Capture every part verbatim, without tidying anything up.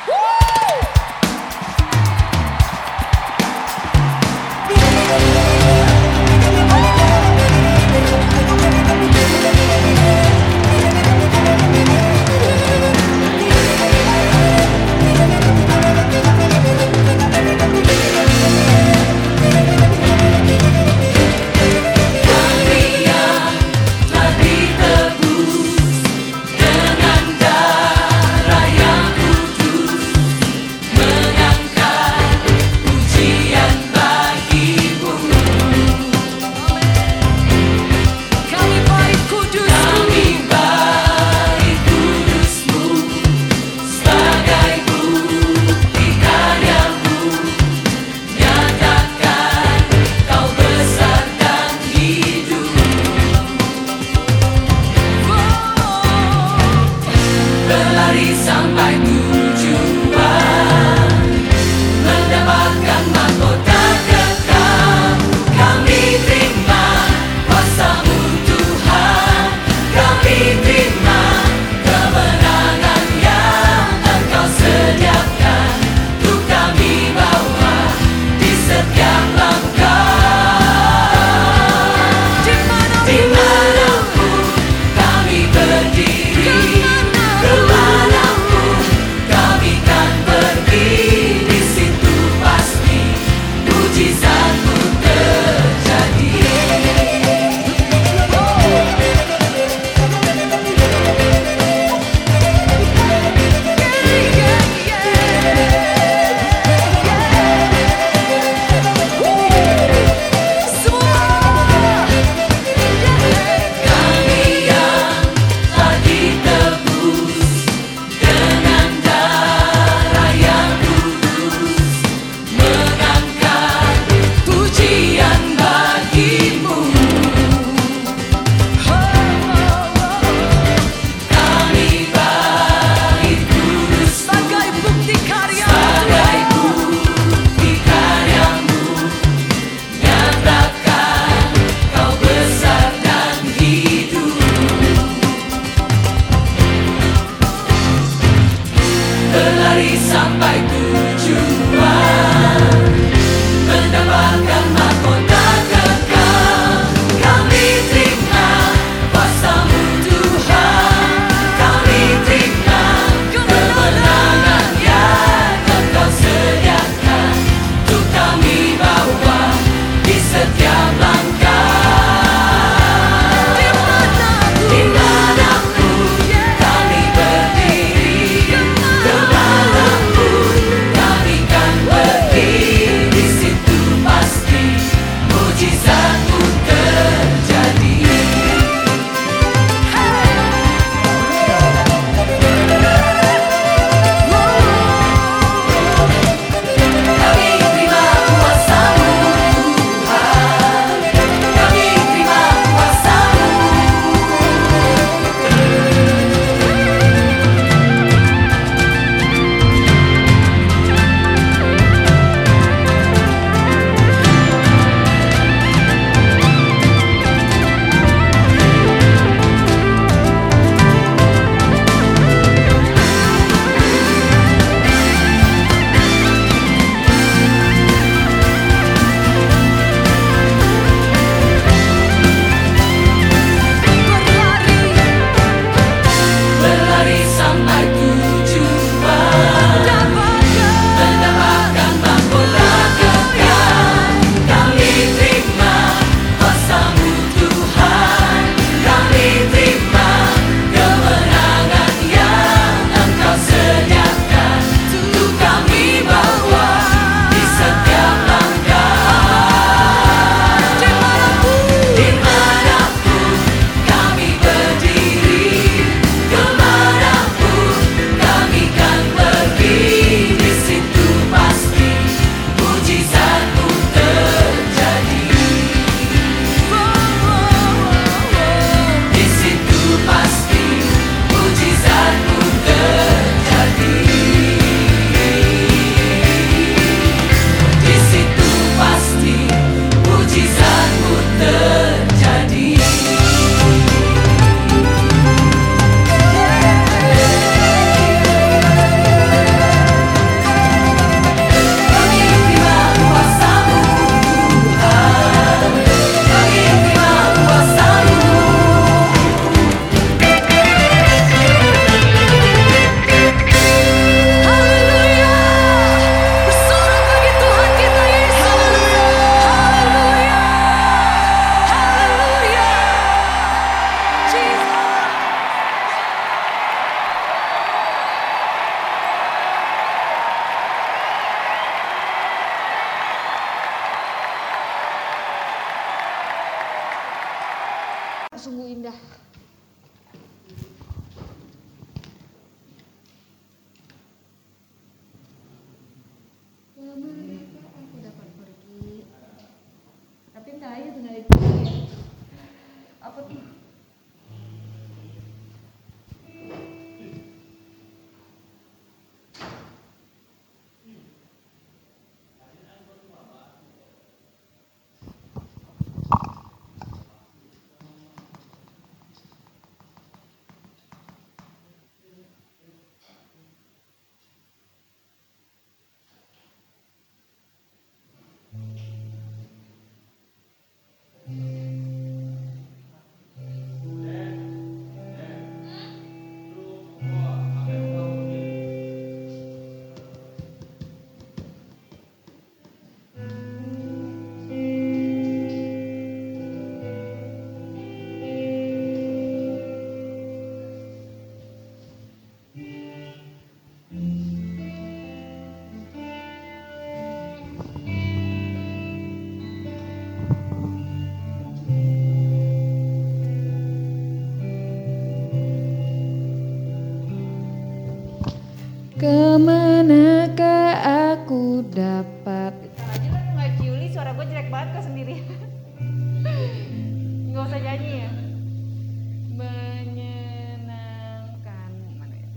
Dimanapun kami kan pergi. Kemanakah aku dapat. Aja lah nggak Juli, suara gue jelek banget kok sendiri. Nggak usah nyanyi ya. Menyenangkan mana ya?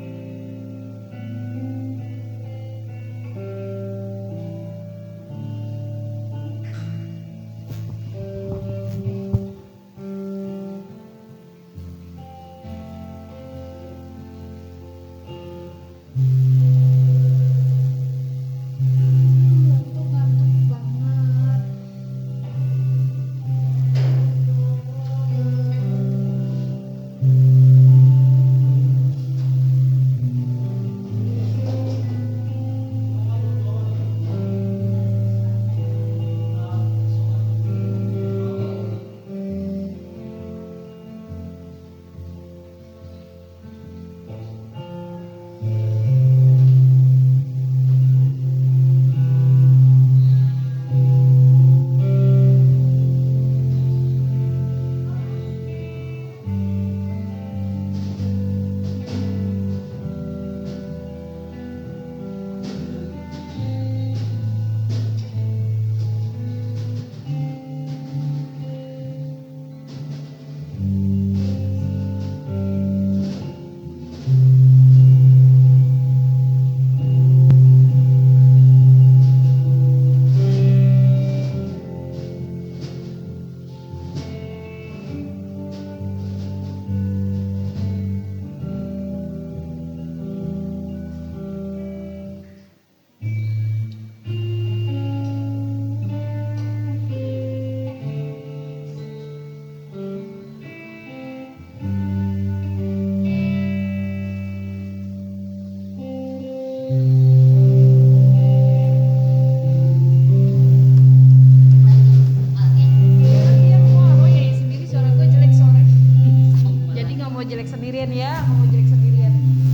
Jelek sendirian ya, mau jelek sendirian.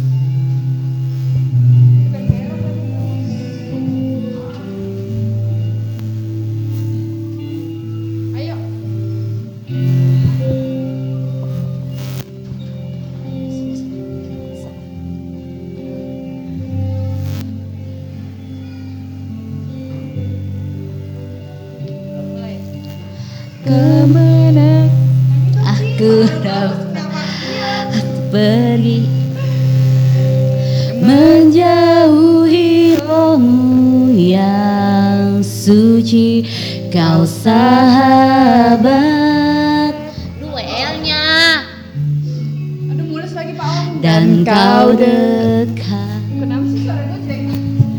Ayo. Kemana aku dapat pergi menjauhi rohmu yang suci, kau sahabat. Lu W L-nya. Aduh mulus lagi Pak Om. Dan kau dekat. Kenapa sih suara gue jelek?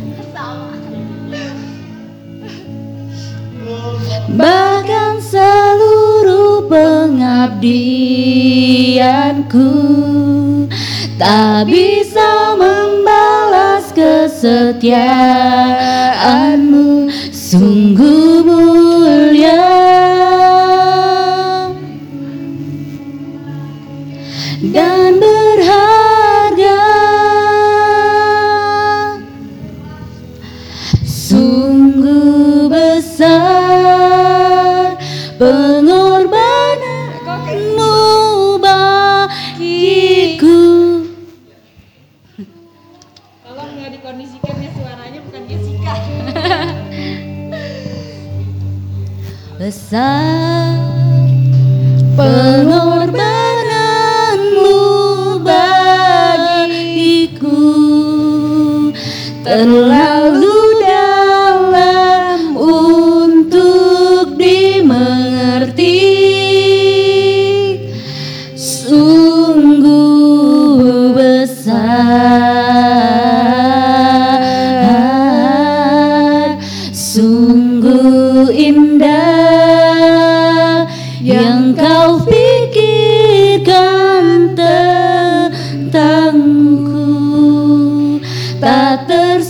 Bahkan seluruh pengabdianku tak bisa membalas kesetiaanmu, sungguh mulia dan berharga, sungguh besar pengorbananmu bagiku. Tolong nggak dikondisikan ya, suaranya bukan Jessica. Besar pengorbananmu bagiku, terlalu dalam untuk dimengerti, sungguh besar, sungguh indah yang kau pikirkan tentangku, tak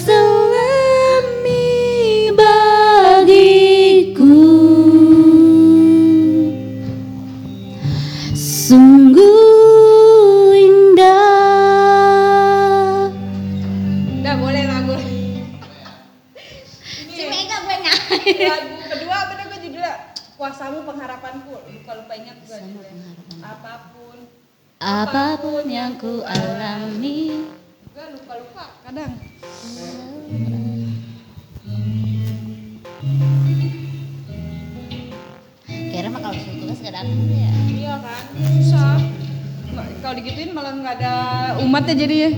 terselami bagiku, sungguh indah. Udah boleh lagu. Si Mega gue nyanyi. Lagu kedua apa nih gue judulnya? Kuasamu pengharapanku. Lupa lupa ingat gue judulnya. Apapun Apapun yang ku alami, gue juga lupa-lupa kadang. Kira mah kalau suruh tugas gak datang ya. Iya kan, susah. Nggak- Kalau digituin malah nggak ada umatnya jadinya.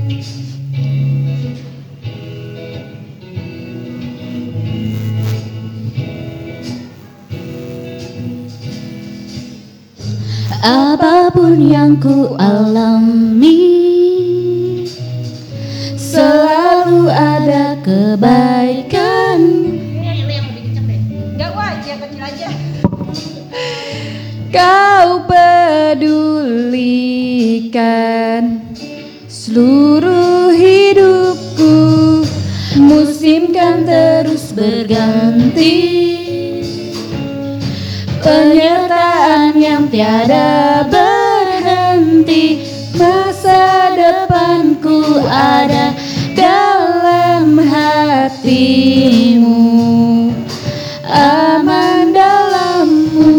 Apapun yang ku alami, selalu ada kebaikan. Ini lu yang lebih kenceng deh. Enggak wah, yang kecil aja. Kau pedulikan seluruh hidupku, musim kan terus berganti, penyertaan yang tiada berhenti. Masa depanku ada dalam hatimu, aman dalammu.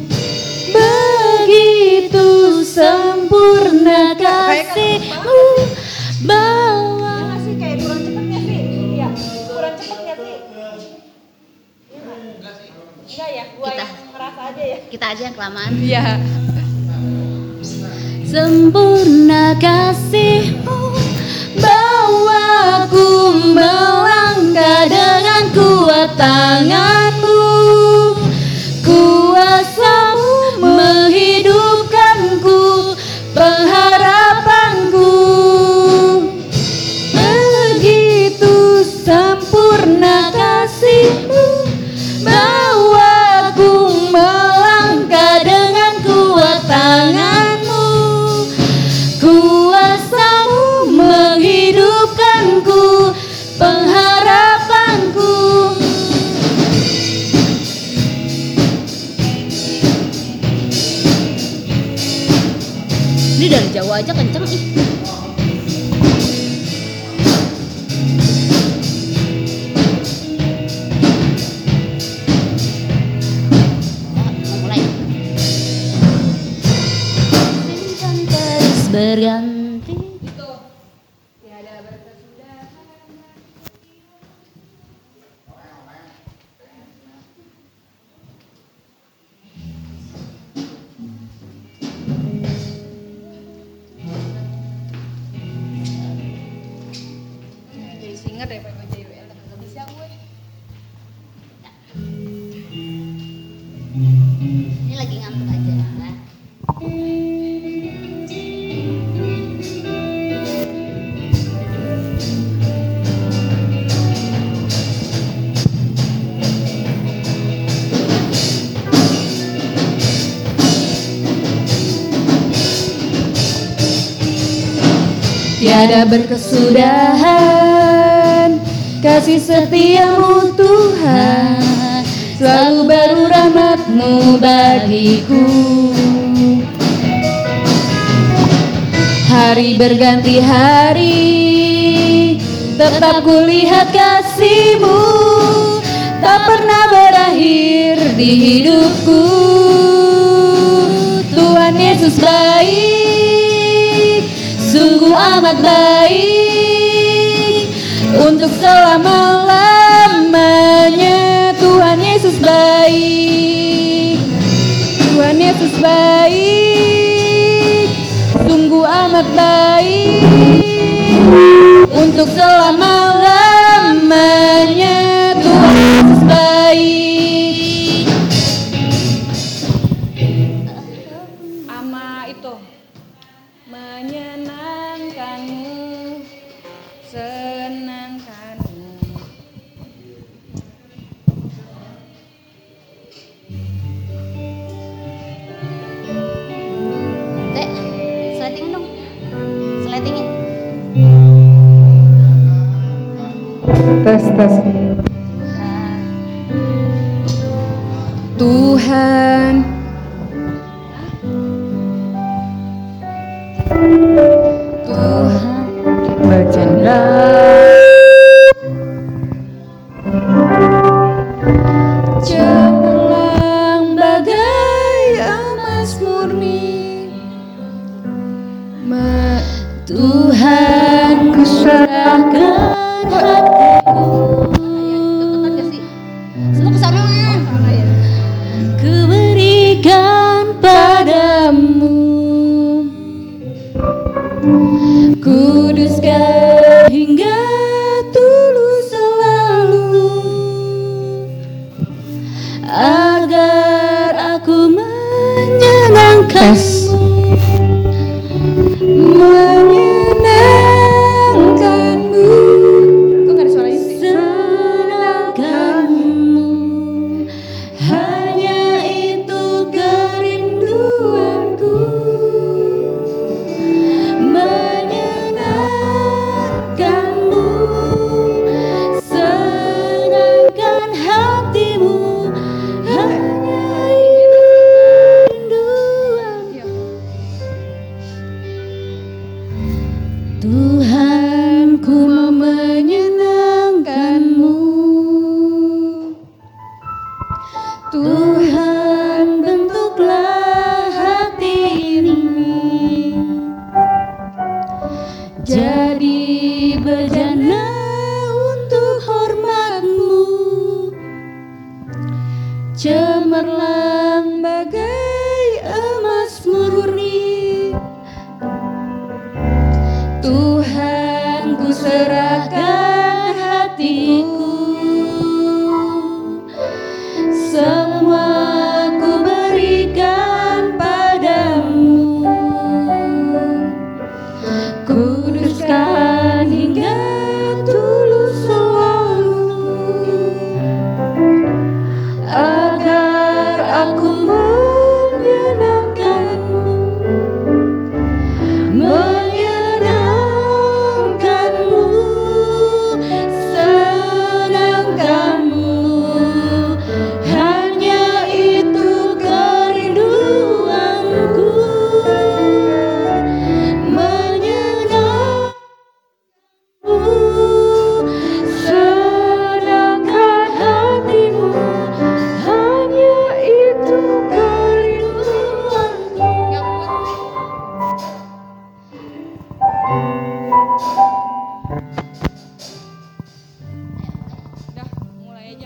Begitu sempurna kasihmu bawa. Nggak sih kayak kurang cepet nggak sih? Iya, kurang cepet nggak sih? Iya nggak? Enggak ya, gua Kita. yang ngerasa aja ya. Kita aja yang kelamaan. Ya, sempurna kasihmu bawaku melangkah dengan kuat tanganmu, kuasamu menghidupkanku, pengharapanku. Begitu sempurna kasihmu bawaku melangkah dengan kuat tanganmu, kuasamu menghidupkanku, pengharapanku. Ini dari jauh aja kenceng ih. Mau mulai. Musim terus berganti. Itu. Tiada berkesudahan. Jadi singer daripada gue jadi W L, nggak bisa gue. Ini lagi ngantuk aja. Tiada berkesudahan kasih setiamu Tuhan, selalu baru rahmat-Mu bagiku. Hari berganti hari, tetap kulihat kasih-Mu, tak pernah berakhir di hidupku. Tuhan Yesus baik, sungguh amat baik, untuk selama-lamanya. Tuhan Yesus baik, Tuhan Yesus baik, sungguh amat baik, untuk selama-lamanya. Tuhan Yesus baik. Ama itu menyenangkanmu, senangkanmu. Dek, sletingin dong. Sletingin. Tes tes. Tuhan, Tuhan bercanda, cemerlang bagai emas murni. Ma- Tuhan cemerlang bagai emas murni. Tuhan, ku serahkan hatiku, semua ku berikan padamu. Kuduskan hingga tulus selalu, agar aku menyenangkanmu, menyenangkanmu, senangkanmu. Hanya itu kerinduanku, menyenangkanmu, senangkan hatimu. Hanya itu kerinduanku. Udah, mulai aja.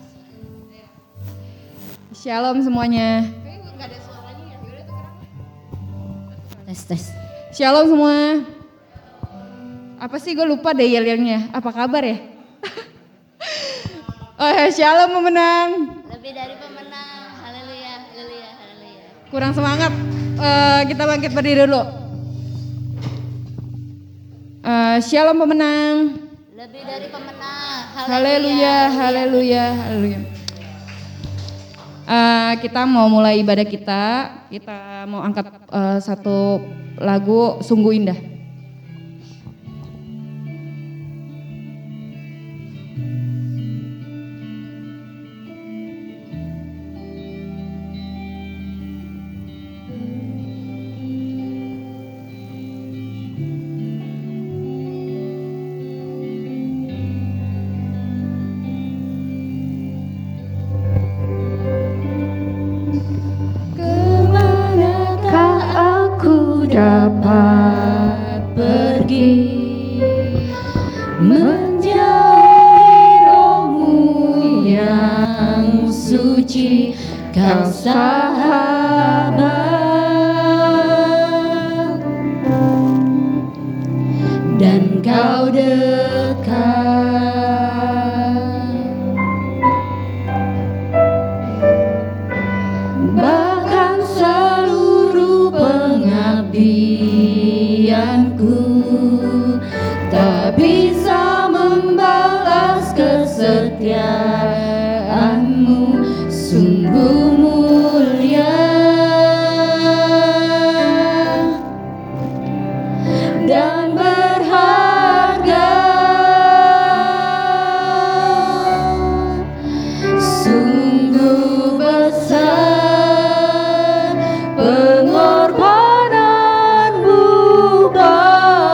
Shalom semuanya. Kayaknya nggak ada suaranya ya. Yaudah tukeran lah. Tes tes. Shalom semua. Apa sih, gue lupa deh yel-yelnya. Apa kabar ya? Oh ya, shalom pemenang. Lebih dari pemenang. Haleluya, haleluya, haleluya. Kurang semangat. Eh, kita bangkit berdiri dulu. Eh, shalom pemenang. Lebih dari pemenang. Haleluya, haleluya, haleluya. Eh, kita mau mulai ibadah kita. Kita mau angkat eh, satu lagu Sungguh Indah. Kemanakah aku dapat pergi, menjauhi rohmu yang suci, kau sahabat dan kau dekat. Bahkan seluruh pengabdianku tak bisa membalas kesetiaanmu, sungguh mulia dan berharga. Sungguh besar pengorbananmu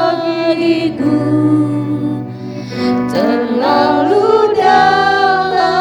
bagiku, terlalu dalam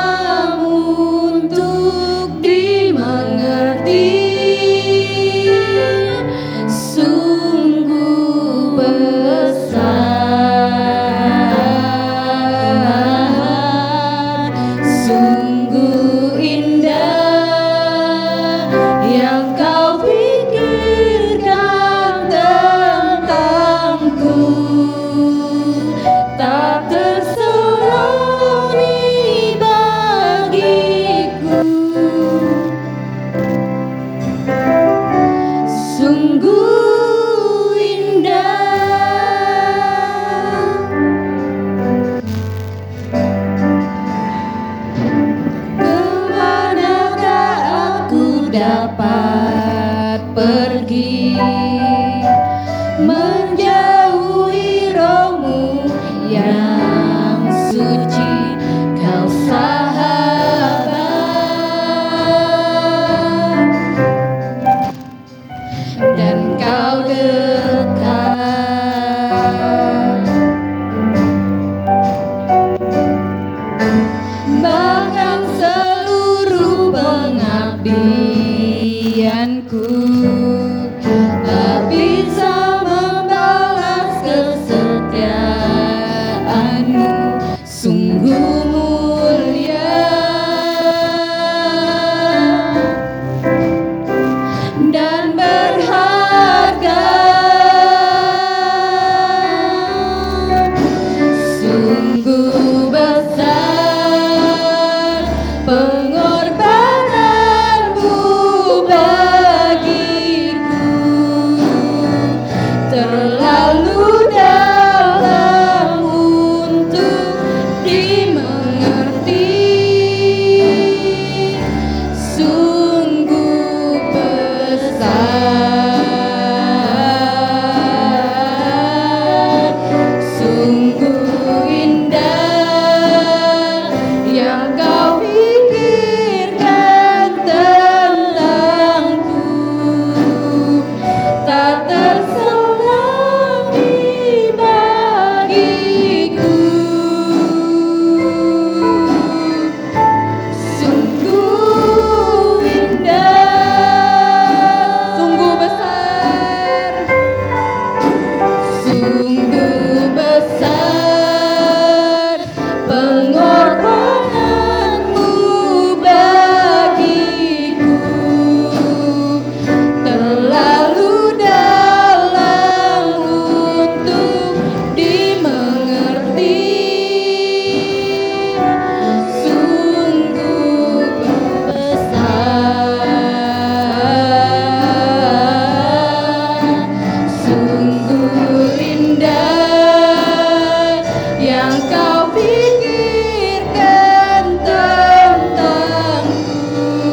kau pikirkan tentangku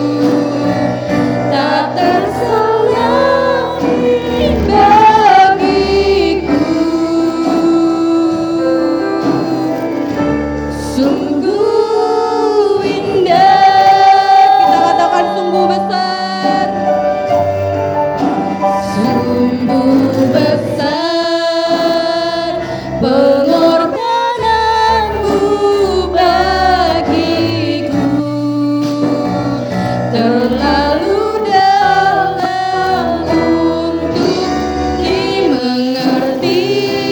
tak terselami bagiku. Sungguh indah, kita katakan sungguh besar, sungguh besar pengorbananmu bagiku, terlalu dalam untuk dimengerti.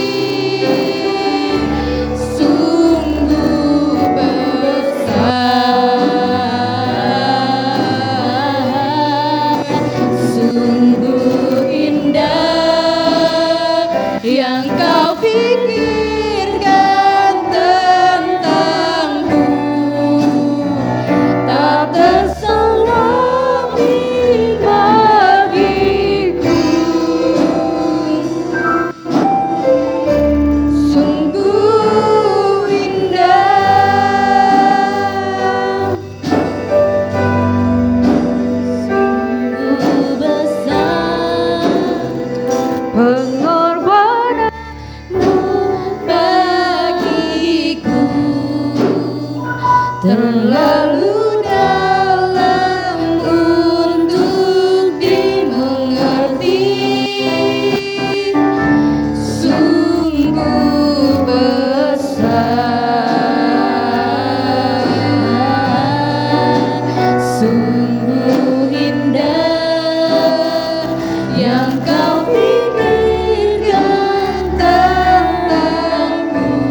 Sungguh besar, sungguh indah yang kau pikirkan tentangku tak terselami bagiku. Sungguh indah, sungguh besar pengorbananmu bagiku, terlalu dalam untuk dimengerti. Sungguh besar, sungguh indah yang kau pikirkan tentangku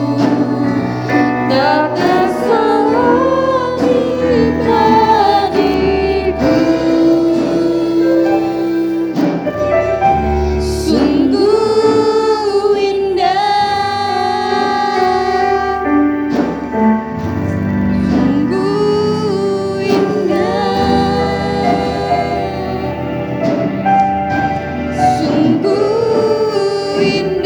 tak terselami bagiku. Sungguh indah, sungguh indah, sungguh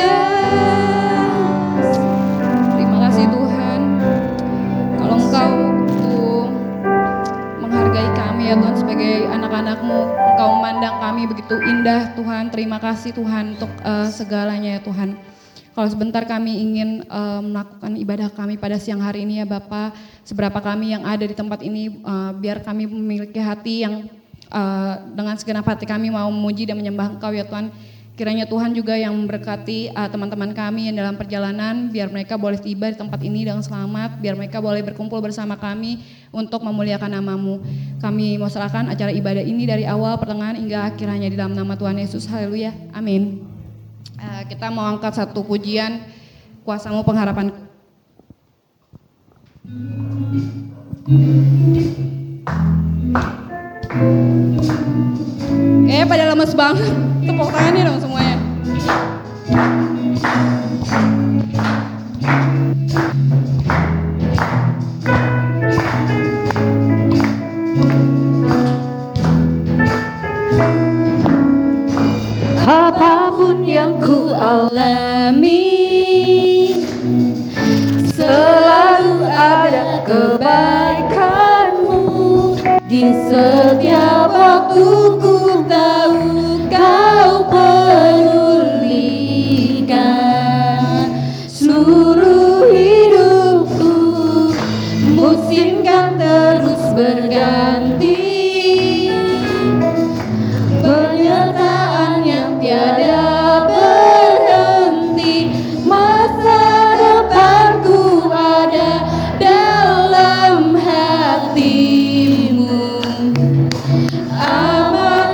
indah. Terima kasih Tuhan, kalau Engkau begitu menghargai kami ya Tuhan sebagai anak-anak-Mu, Engkau memandang kami begitu indah Tuhan. Terima kasih Tuhan untuk uh, segalanya ya Tuhan. Kalau sebentar kami ingin uh, melakukan ibadah kami pada siang hari ini ya Bapa, seberapa kami yang ada di tempat ini, uh, biar kami memiliki hati yang uh, dengan segenap hati kami mau memuji dan menyembah Engkau ya Tuhan. Kiranya Tuhan juga yang memberkati uh, teman-teman kami yang dalam perjalanan, biar mereka boleh tiba di tempat ini dengan selamat, biar mereka boleh berkumpul bersama kami untuk memuliakan nama-Mu. Kami mau serahkan acara ibadah ini dari awal, pertengahan, hingga akhirnya di dalam nama Tuhan Yesus. Haleluya, amin. Uh, kita mau angkat satu pujian, Kuasa-Mu Pengharapan. Kayaknya pada lemes banget, tepuk tangannya dong semuanya. Apapun yang ku alami, selalu ada kebaikan-Mu. Di setiap waktu ku tahu Kau pedulikan seluruh hidupku. Musim kan terus berganti, penyertaan yang tiada berhenti. Masa depanku ada dalam hati-Mu. Amat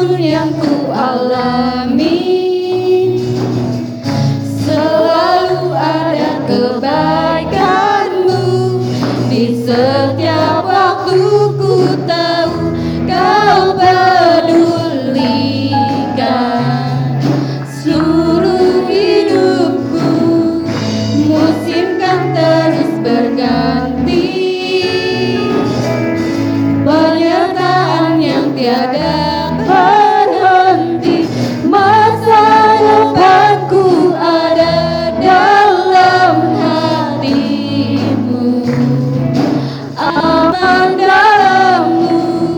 apapun yang ku alami, selalu ada kebaikanmu. Di setiap waktu ku tahu kau pedulikan seluruh hidupku. Musim kan terus berganti, pernyataan yang tiada berhenti. Masa depanku ada dalam hatimu, aman dalammu.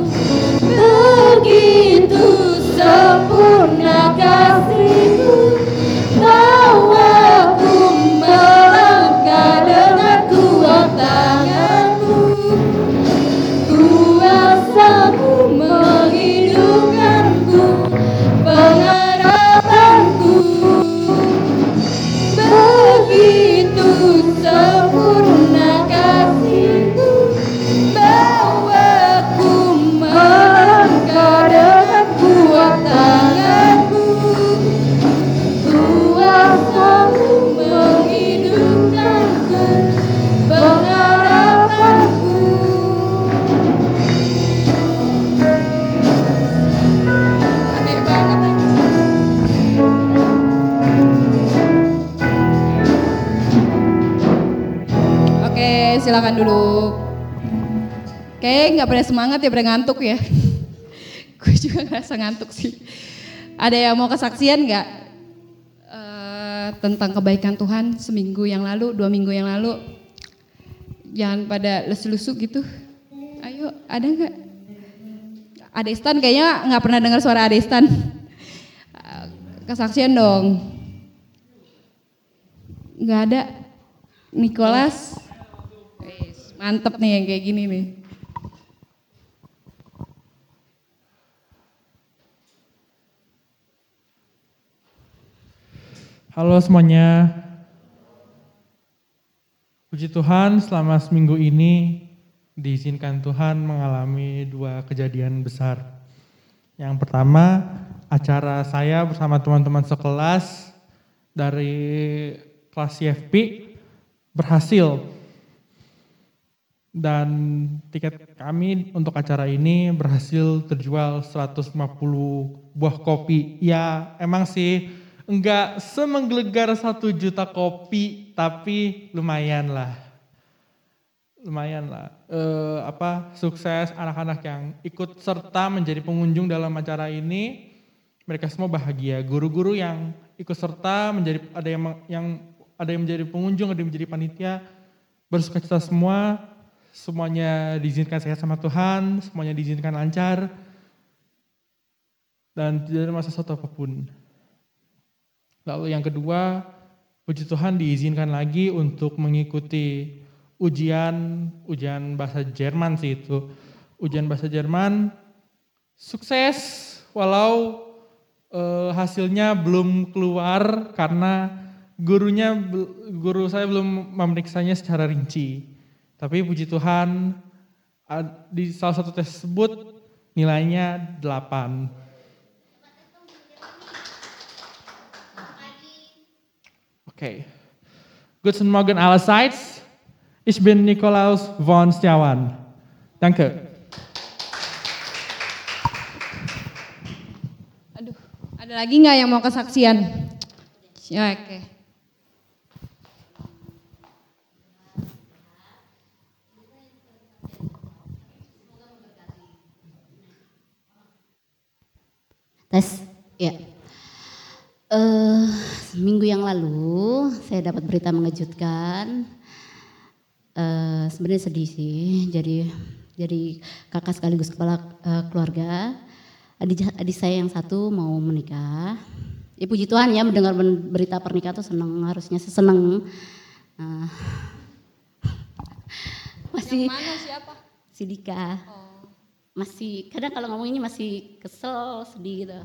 Begitu sempurna kasihmu, tahu aku melangkah dengan kuat tanganmu. Kuasamu menghidupkanku, pengharapanku. Begitu sempurna kasihmu, bawaku melangkah dengan kuat tanganmu. Kuasamu menghidupkanku, pengharapanku. Aneh banget. Oke, silakan dulu. Kayak nggak pada semangat ya, pada ngantuk ya. Gue juga ngerasa ngantuk sih. Ada yang mau kesaksian nggak Eh, tentang kebaikan Tuhan seminggu yang lalu, dua minggu yang lalu? Jangan pada lesu-lesu gitu. Ayo, ada nggak? Adestan kayaknya nggak pernah dengar suara Adestan. Eh, Kesaksian dong. Nggak ada. Nicholas. Wis, mantep nih yang kayak gini nih. Halo semuanya. Puji Tuhan, selama seminggu ini diizinkan Tuhan mengalami dua kejadian besar. Yang pertama, acara saya bersama teman-teman sekelas dari kelas C F P berhasil. Dan tiket kami untuk acara ini berhasil terjual seratus lima puluh buah kopi. Ya, emang sih enggak semenggelegar satu juta kopi, tapi lumayan lah. Lumayan lah. E, apa sukses anak-anak yang ikut serta menjadi pengunjung dalam acara ini. Mereka semua bahagia. Guru-guru yang ikut serta menjadi ada yang yang ada yang menjadi pengunjung, ada yang menjadi panitia, bersukacita semua. Semuanya diizinkan sehat sama Tuhan, semuanya diizinkan lancar, dan tidak ada masalah suatu apapun. Lalu yang kedua, puji Tuhan diizinkan lagi untuk mengikuti ujian, ujian bahasa Jerman sih itu. Ujian bahasa Jerman, sukses walau eh, hasilnya belum keluar karena gurunya, guru saya belum memeriksanya secara rinci. Tapi puji Tuhan di salah satu tes tersebut nilainya delapan. Oke. Guten Morgen allerseits. Ich bin Nikolaus von Setiawan. Danke. Aduh, ada lagi nggak yang mau kesaksian? Ya, oke. Tes, ya. Uh, seminggu yang lalu saya dapat berita mengejutkan. Uh, sebenarnya sedih sih. Jadi, jadi kakak sekaligus kepala uh, keluarga. Adik, adik saya yang satu mau menikah. Ya puji Tuhan ya, mendengar berita pernikahan itu senang, harusnya senang. Uh, masih. Yang mana siapa? Si Dika. Oh. Masih kadang kalau ngomong ini masih kesel, sedih gitu.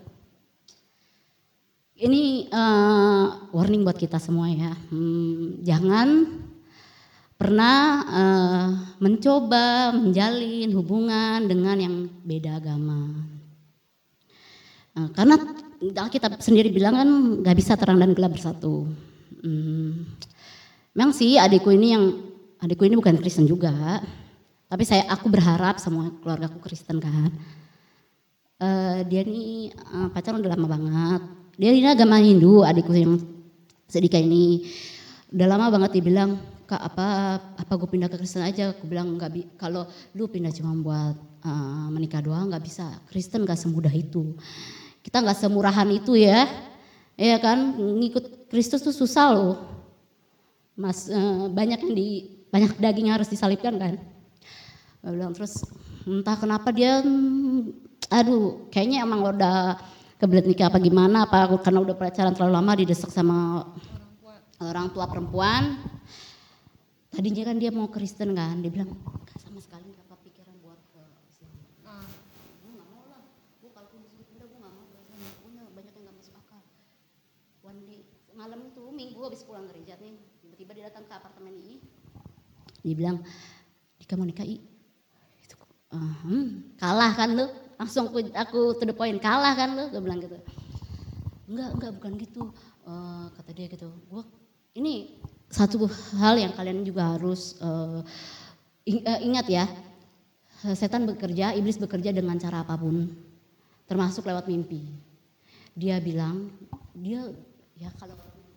Ini uh, warning buat kita semua ya. Hmm, jangan pernah uh, mencoba menjalin hubungan dengan yang beda agama. Nah, karena Alkitab sendiri bilang kan nggak bisa terang dan gelap bersatu. Hmm. Memang sih adikku ini yang adikku ini bukan Kristen juga, tapi saya aku berharap semua keluargaku Kristen kan. Uh, dia ini uh, pacaran udah lama banget. Dia ini agama Hindu, adikku yang Sedika ini udah lama banget. Dia bilang, Kak apa apa gue pindah ke Kristen aja. Aku bilang nggak, kalau lu pindah cuma buat uh, menikah doang nggak bisa. Kristen nggak semudah itu. Kita nggak semurahan itu ya, ya kan, ngikut Kristus tuh susah loh. Mas uh, banyak yang di banyak daging yang harus disalibkan kan. Gue bilang terus entah kenapa dia, aduh kayaknya emang udah kebelet nikah apa gimana, apa karena udah pacaran terlalu lama didesak sama orang tua perempuan. Tadinya kan dia mau Kristen kan, dia bilang gak sama sekali gak kepikiran buat ke Islam. Uh. Gue gak mau lah, gue kalau gue disebut pindah gue gak mau, gue banyak yang gak masuk akal. One day, malam itu minggu habis pulang gereja nih, tiba-tiba dia datang ke apartemen ini. Dia bilang, Dika mau nikah I. Uh, hmm, kalah kan lu, langsung aku, aku to the point, kalah kan lu, gue bilang gitu. Enggak, enggak bukan gitu, uh, kata dia gitu. Gue ini satu hal yang kalian juga harus uh, ingat ya, setan bekerja, iblis bekerja dengan cara apapun, termasuk lewat mimpi. Dia bilang, dia ya kalau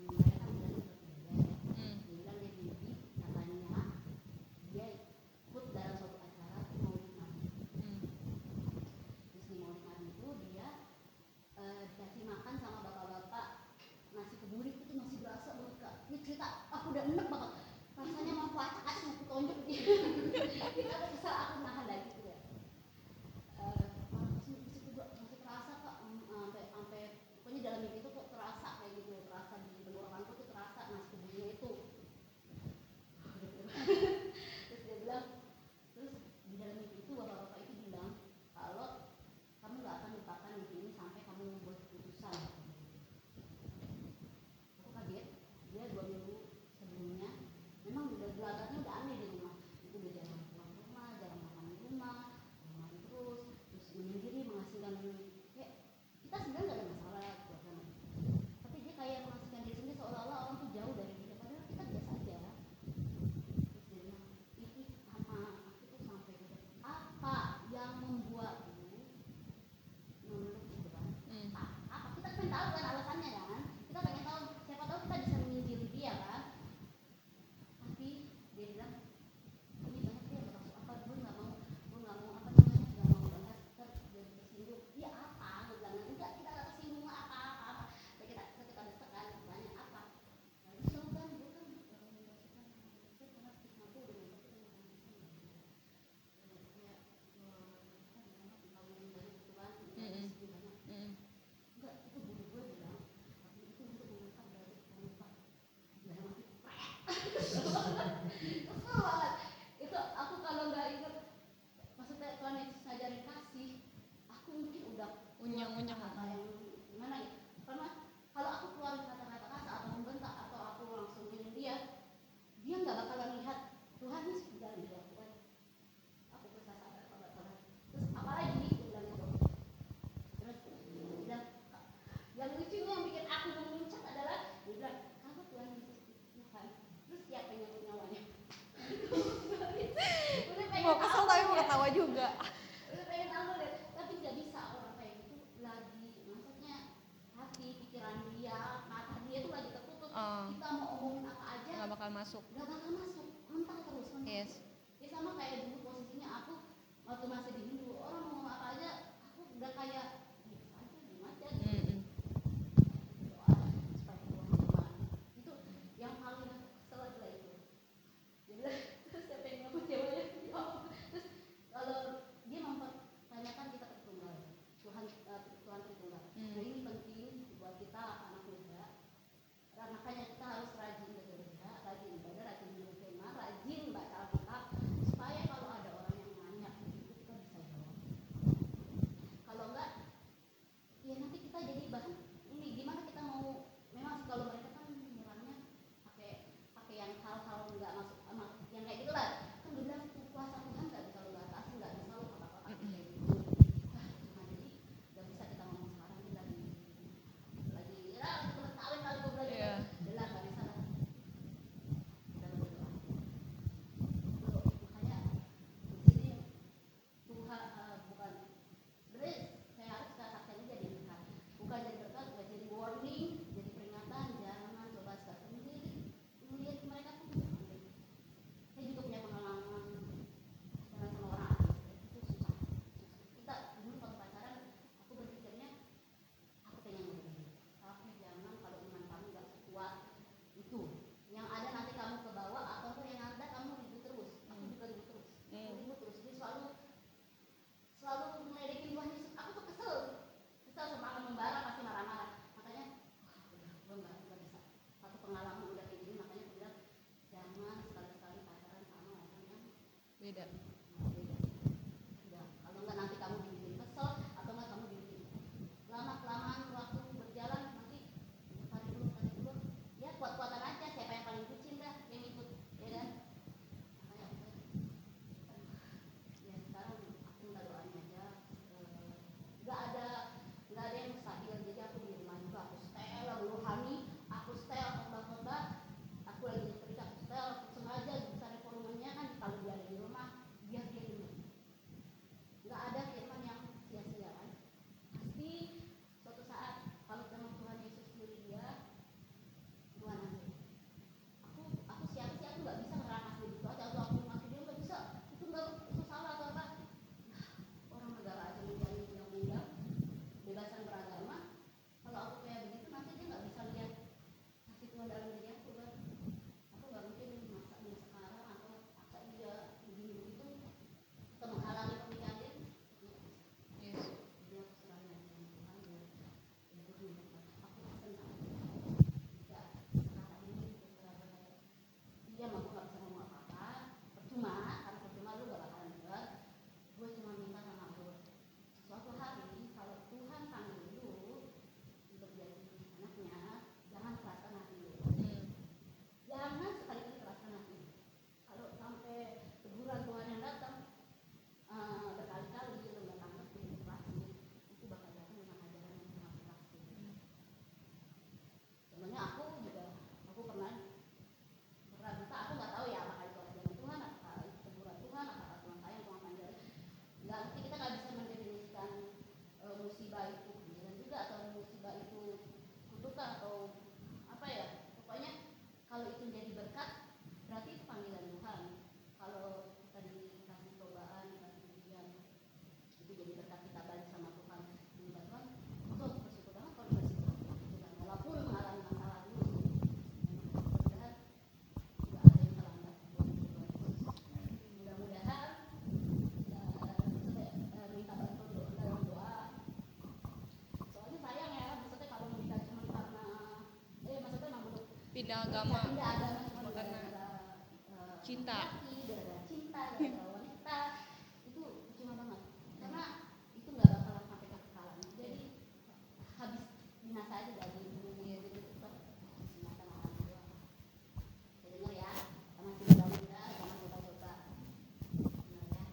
mau kesel tapi mau ketawa juga. Udah pengen tahu deh, tapi nggak bisa orang kayak gitu lagi, maksudnya hati pikiran dia, mata dia tuh lagi tertutup. Uh, kita mau omongin apa aja nggak bakal masuk. Nggak bakal masuk, mentah terus. Mentah. Yes. Ya sama kayak dulu posisinya aku waktu masih di Hindu, orang mau ngomong apa aja, aku udah kayak biasa aja, gimana aja. Gitu. Mm-hmm. Doa supaya Tuhan Tuhan itu yang paling kesel adalah itu. Jadi terus siapa yang ngomong ceweknya? Terus kalau dia mempertanyakan kita tertunggal, Tuhan uh, Tuhan tertunggal. Hmm. Nah ini penting buat kita anak muda. Dan makanya kita harus rajin bekerja, rajin ibadah, rajin menerima, rajin baca Alkitab supaya kalau musibah itu panggilan juga atau musibah itu kutukan atau apa ya, pokoknya kalau itu jadi berkat berarti itu panggilan Tuhan. Kalau kita dikasih cobaan, dikasih ujian, itu jadi berkat, kita balik sama Tuhan, meninggalkan itu bersyukur banget kalau dikasih Tuhan walaupun mengalami masalah dulu. Mudah-mudahan nggak ada yang terlambat. Mudah-mudahan eh, minta bantu doa dalam doa. Soalnya sayang ya, maksudnya kalau menikah cuma karena eh maksudnya memang belum Pindah agama pindah agama cuma karena gara-gara eh, cinta. laki, gara-gara cinta, gara-gara wanita, itu cuma banget. Karena itu nggak bakalan sampai kekekalan. Jadi habis binasa aja dari dunia itu tetap binasa makan doang. Saya dengar ya, sama si muda-muda jangan coba-coba. Benar ya.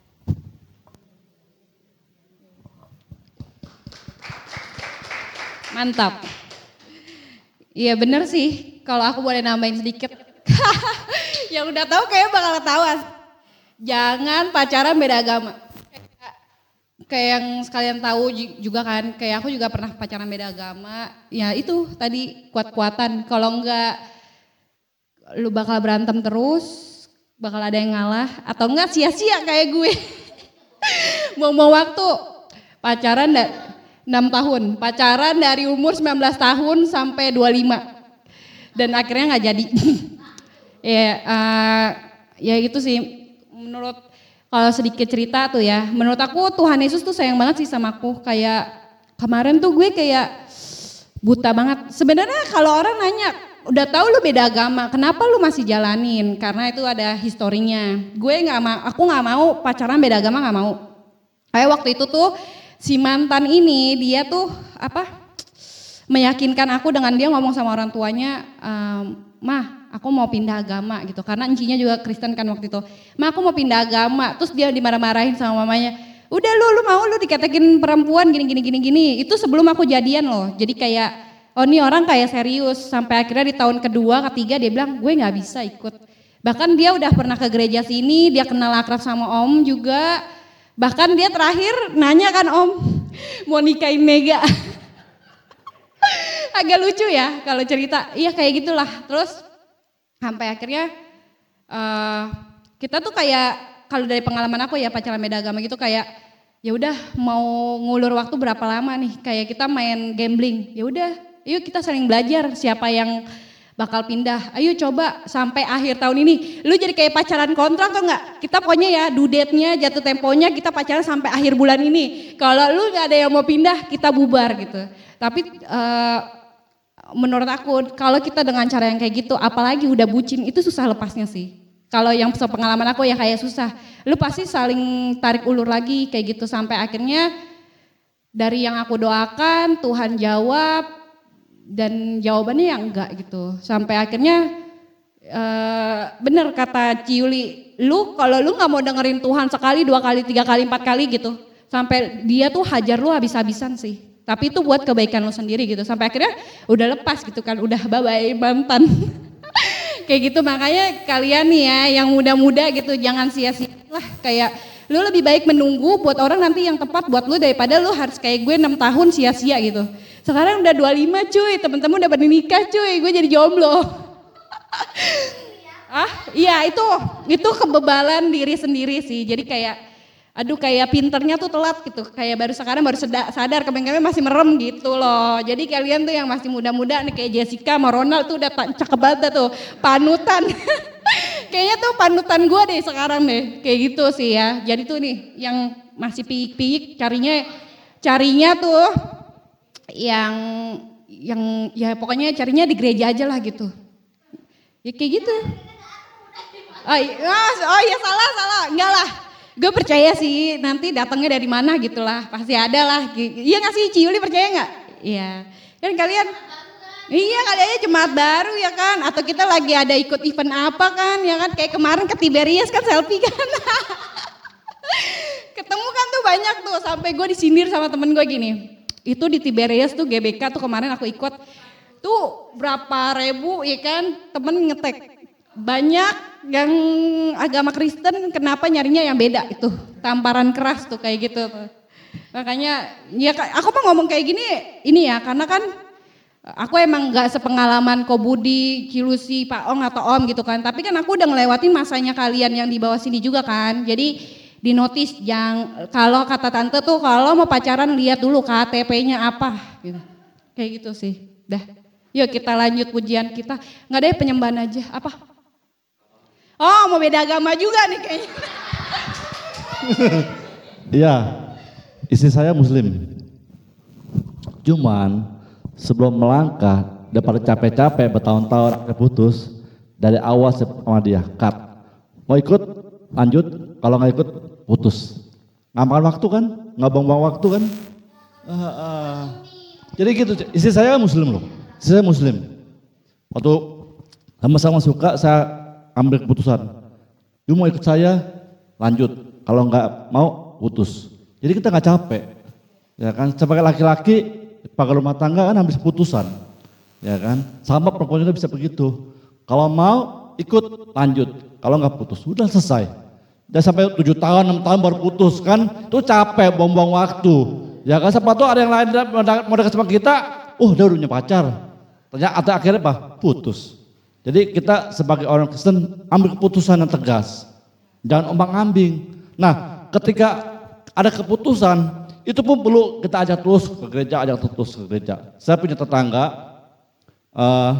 Mantap. Iya bener sih, kalau aku boleh nambahin sedikit. Yang udah tahu kayaknya bakal tahu. As. Jangan pacaran beda agama. Kayak- Kayak yang sekalian tahu ju- juga kan, kayak aku juga pernah pacaran beda agama. Ya itu tadi kuat-kuatan, kalau enggak lu bakal berantem terus, bakal ada yang ngalah, atau enggak sia-sia kayak gue. Mau-mau waktu pacaran da- enam tahun, pacaran dari umur sembilan belas tahun sampai dua puluh lima. Dan akhirnya nggak jadi. Ya, eh, ya gitu sih. Menurut kalau sedikit cerita tuh ya, menurut aku Tuhan Yesus tuh sayang banget sih sama aku. Kayak kemarin tuh gue kayak buta banget. Sebenarnya kalau orang nanya, udah tahu lu beda agama, kenapa lu masih jalanin? Karena itu ada historinya. Gue nggak mau, aku nggak mau pacaran beda agama, nggak mau. Kayak waktu itu tuh si mantan ini dia tuh apa meyakinkan aku dengan dia ngomong sama orang tuanya, ehm, mah aku mau pindah agama gitu, karena encinya juga Kristen kan waktu itu. Mah aku mau pindah agama, terus dia dimarah-marahin sama mamanya. Udah lu, lu mau lu dikatakin perempuan gini gini gini gini. Itu sebelum aku jadian loh. Jadi kayak oh ini orang kayak serius. Sampai akhirnya di tahun kedua, ketiga dia bilang gue nggak bisa ikut. Bahkan dia udah pernah ke gereja sini, dia kenal akrab sama Om juga. Bahkan dia terakhir nanya kan Om, mau nikahin Mega. Agak lucu ya kalau cerita. Iya kayak gitulah. Terus sampai akhirnya uh, kita tuh kayak kalau dari pengalaman aku ya pacaran beda agama gitu kayak ya udah mau ngulur waktu berapa lama nih, kayak kita main gambling. Ya udah, yuk kita saling belajar siapa yang bakal pindah. Ayo coba sampai akhir tahun ini. Lu jadi kayak pacaran kontrak atau enggak? Kita pokoknya ya due date-nya, jatuh temponya kita pacaran sampai akhir bulan ini. Kalau lu nggak ada yang mau pindah, kita bubar gitu. Tapi uh, menurut aku kalau kita dengan cara yang kayak gitu, apalagi udah bucin, itu susah lepasnya sih. Kalau yang pengalaman aku ya kayak susah. Lu pasti saling tarik ulur lagi kayak gitu sampai akhirnya dari yang aku doakan Tuhan jawab dan jawabannya ya enggak gitu. Sampai akhirnya uh, bener kata Ciuli, lu kalau lu nggak mau dengerin Tuhan sekali, dua kali, tiga kali, empat kali gitu, sampai dia tuh hajar lu habis-habisan sih. Tapi itu buat kebaikan lu sendiri gitu. Sampai akhirnya udah lepas gitu kan, udah bye-bye mantan. Kayak gitu, makanya kalian nih ya yang muda-muda gitu jangan sia-sia lah, kayak lu lebih baik menunggu buat orang nanti yang tepat buat lu daripada lu harus kayak gue enam tahun sia-sia gitu. Sekarang udah dua puluh lima cuy, temen-temen udah pada nikah cuy, gue jadi jomblo. Ah iya itu, itu kebebalan diri sendiri sih, jadi kayak aduh kayak pinternya tuh telat gitu, kayak baru sekarang baru seda, sadar kemarin-kemarin masih merem gitu loh. Jadi kalian tuh yang masih muda-muda nih kayak Jessica sama Ronald tuh udah cakep banget tuh, panutan. Kayaknya tuh panutan gue deh sekarang deh, kayak gitu sih ya. Jadi tuh nih yang masih piik-piik carinya, carinya tuh yang yang ya pokoknya carinya di gereja aja lah gitu. Ya kayak gitu. Oh iya, oh iya salah salah, enggak lah. Gue percaya sih nanti datangnya dari mana gitu lah, pasti ada lah. Iya gak sih Ciuli, percaya gak? Iya, kan kalian, iya kali aja jemaat baru ya kan, atau kita lagi ada ikut event apa kan, ya kan kayak kemarin ke Tiberias kan selfie kan. Ketemu kan tuh banyak tuh, sampai gue disindir sama temen gue gini, itu di Tiberias tuh G B K tuh kemarin aku ikut, tuh berapa ribu ya kan, temen ngetek. Banyak yang agama Kristen kenapa nyarinya yang beda itu, tamparan keras tuh kayak gitu tuh. Makanya ya aku mah ngomong kayak gini ini ya karena kan aku emang gak sepengalaman Ko Budi, Kilusi, Pak Ong atau Om gitu kan. Tapi kan aku udah ngelewatin masanya kalian yang di bawah sini juga kan. Jadi di notice yang kalau kata tante tuh kalau mau pacaran lihat dulu K T P-nya apa gitu. Kayak gitu sih. Dah. Yuk kita lanjut pujian kita. Nggak ada ya penyembahan aja. Apa? Oh mau beda agama juga nih kayaknya. Iya, istri saya muslim. Cuman sebelum melangkah, daripada capek-capek bertahun-tahun akhirnya putus, dari awal sama dia, cut. Mau ikut, lanjut, kalau nggak ikut, putus. Nggak makan waktu kan? Nggak buang-buang waktu kan? Uh, uh. Jadi gitu, istri saya muslim loh, istri saya muslim. Waktu sama-sama suka, saya ambil keputusan. Lu mau ikut saya, lanjut. Kalau nggak mau, putus. Jadi kita nggak capek, ya kan? Sebagai laki-laki, pakai rumah tangga kan habis putusan, ya kan? Sama perempuan juga bisa begitu. Kalau mau ikut lanjut, kalau nggak putus, udah selesai. Udah sampai tujuh tahun, enam tahun baru putus kan? Itu capek, buang-buang waktu. Ya kan? Siapa tahu ada yang lain mau dekat sama kita, oh dia udah punya pacar. Ternyata atau akhirnya apa? Putus. Jadi kita sebagai orang Kristen ambil keputusan yang tegas, jangan ombang-ambing. Nah, ketika ada keputusan, itu pun perlu kita ajak terus ke gereja, ajak terus ke gereja. Saya punya tetangga, uh,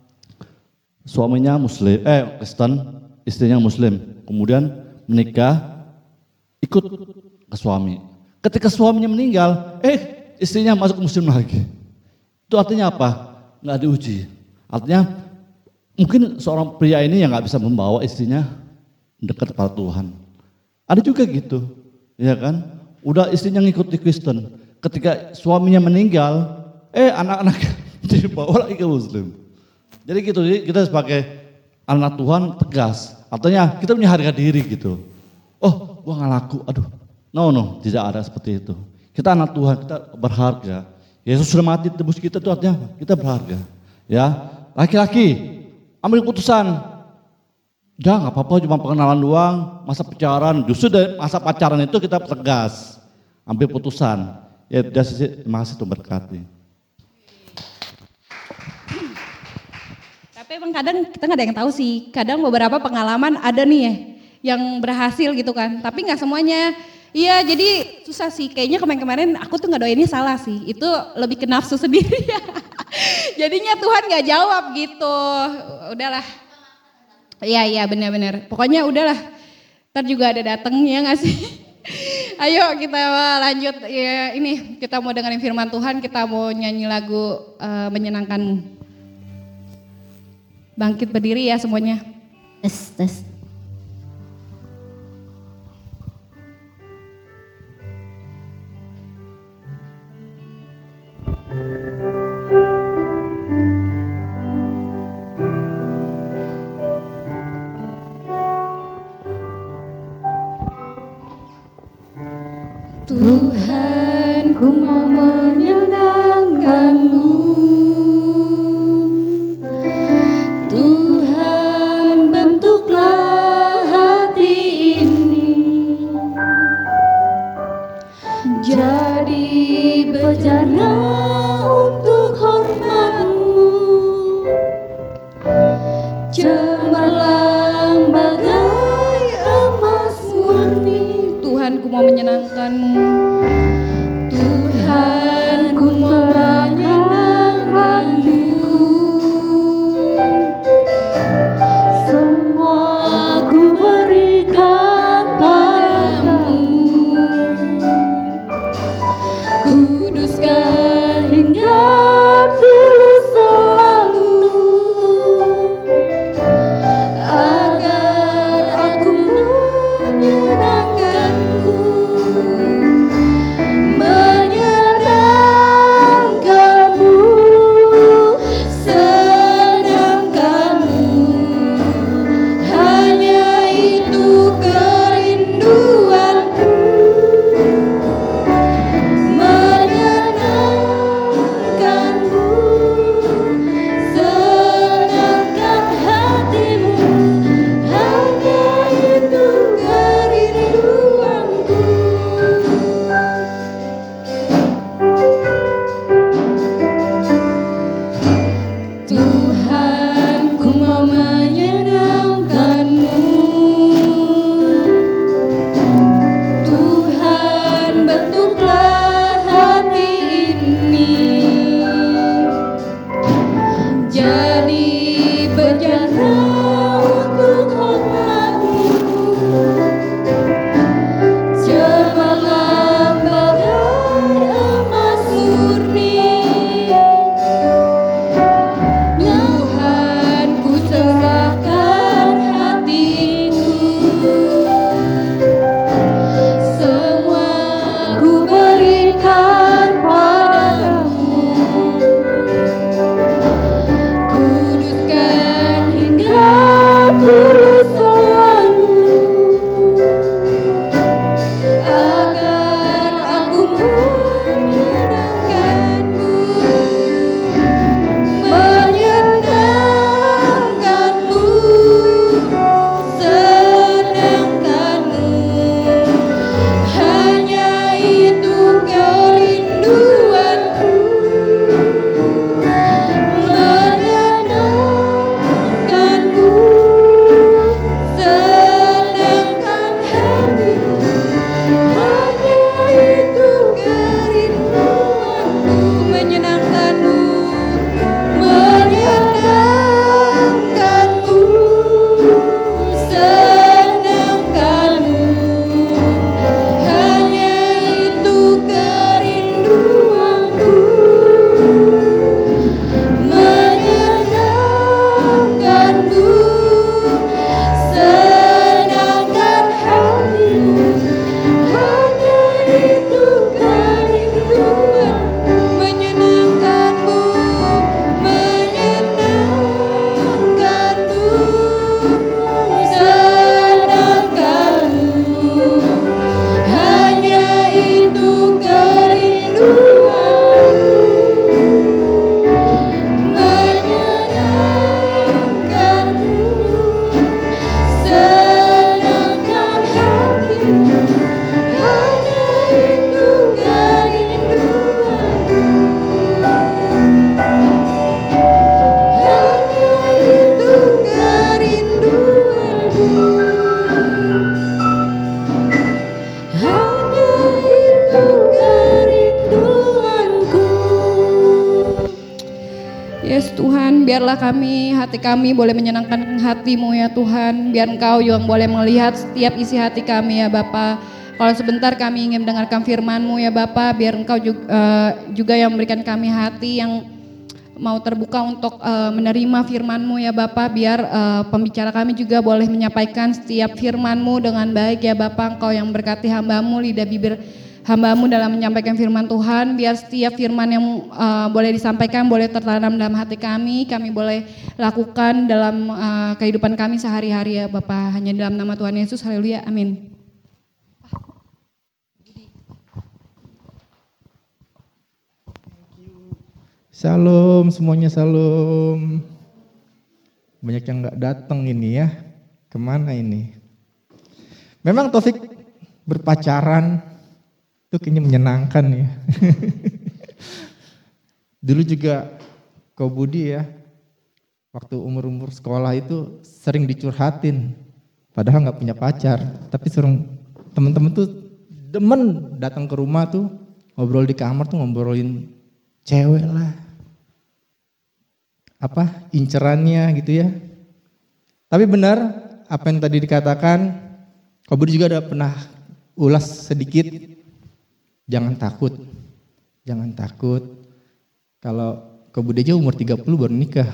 suaminya Muslim, eh Kristen, istrinya Muslim, kemudian menikah, ikut ke suami. Ketika suaminya meninggal, eh istrinya masuk ke Muslim lagi. Itu artinya apa? Nggak diuji. Artinya mungkin seorang pria ini yang nggak bisa membawa istrinya dekat pada Tuhan. Ada juga gitu, ya kan? Udah istrinya ngikuti Kristen, ketika suaminya meninggal, eh anak-anak dibawa lagi ke Muslim. Jadi gitu, jadi kita sebagai anak Tuhan tegas, artinya kita punya harga diri gitu. Oh, gua nggak laku, aduh, no no, tidak ada seperti itu. Kita anak Tuhan, kita berharga. Yesus sudah mati tebus kita itu artinya apa? Kita berharga. Ya, laki-laki ambil keputusan. Jangan, nggak apa-apa, cuma pengenalan doang, masa pacaran. Justru dari masa pacaran itu kita tegas, ambil putusan. Ya, terima kasih Tuhan berkati. Tapi emang kadang kita nggak ada yang tahu sih. Kadang beberapa pengalaman ada nih ya, yang berhasil gitu kan. Tapi nggak semuanya. Iya, jadi susah sih. Kayaknya kemarin-kemarin aku tuh nggak doainnya salah sih. Itu lebih ke nafsu sendiri ya. Jadinya Tuhan nggak jawab gitu. Udahlah. Iya iya benar-benar. Pokoknya udahlah. Ntar juga ada dateng ya nggak sih? Ayo kita lanjut ya ini kita mau dengerin firman Tuhan, kita mau nyanyi lagu uh, menyenangkanmu. Bangkit berdiri ya semuanya. Tes tes. Tuhan, ku mau menyenangkan-Mu. Tuhan, bentuklah hati ini jadi bejana untuk hormat-Mu. Cemerlang bagai emas murni. Tuhan, ku mau menyenangkan-Mu. Tuhan, ku mau menyenangkan-Mu. Semua ku berikan padamu. Kuduskan hingga tulus selalu, agar aku menyenangkan-Mu. Yes Tuhan, biarlah kami, hati kami boleh menyenangkan hati-Mu ya Tuhan. Biar Engkau yang boleh melihat setiap isi hati kami ya Bapa. Kalau sebentar kami ingin mendengarkan firman-Mu ya Bapa, biar Engkau juga, uh, juga yang memberikan kami hati yang mau terbuka untuk uh, menerima firman-Mu ya Bapa. Biar uh, pembicara kami juga boleh menyampaikan setiap firman-Mu dengan baik ya Bapa. Engkau yang berkati hamba-Mu, lidah bibir hamba-Mu dalam menyampaikan firman Tuhan. Biar setiap firman yang uh, boleh disampaikan boleh tertanam dalam hati kami. Kami boleh lakukan dalam uh, kehidupan kami sehari-hari ya Bapa. Hanya dalam nama Tuhan Yesus, haleluya, amin. Shalom semuanya, shalom. Banyak yang gak datang ini ya. Kemana ini? Memang Taufik berpacaran itu kayaknya menyenangkan ya. Dulu juga Ko Budi ya, waktu umur-umur sekolah itu sering dicurhatin, padahal nggak punya pacar, tapi sering temen-temen tuh demen datang ke rumah tuh ngobrol di kamar tuh ngobrolin cewek lah, apa incerannya gitu ya. Tapi benar apa yang tadi dikatakan, Ko Budi juga ada pernah ulas sedikit. Jangan takut, jangan takut. Kalau Ko Budi aja umur tiga puluh baru nikah.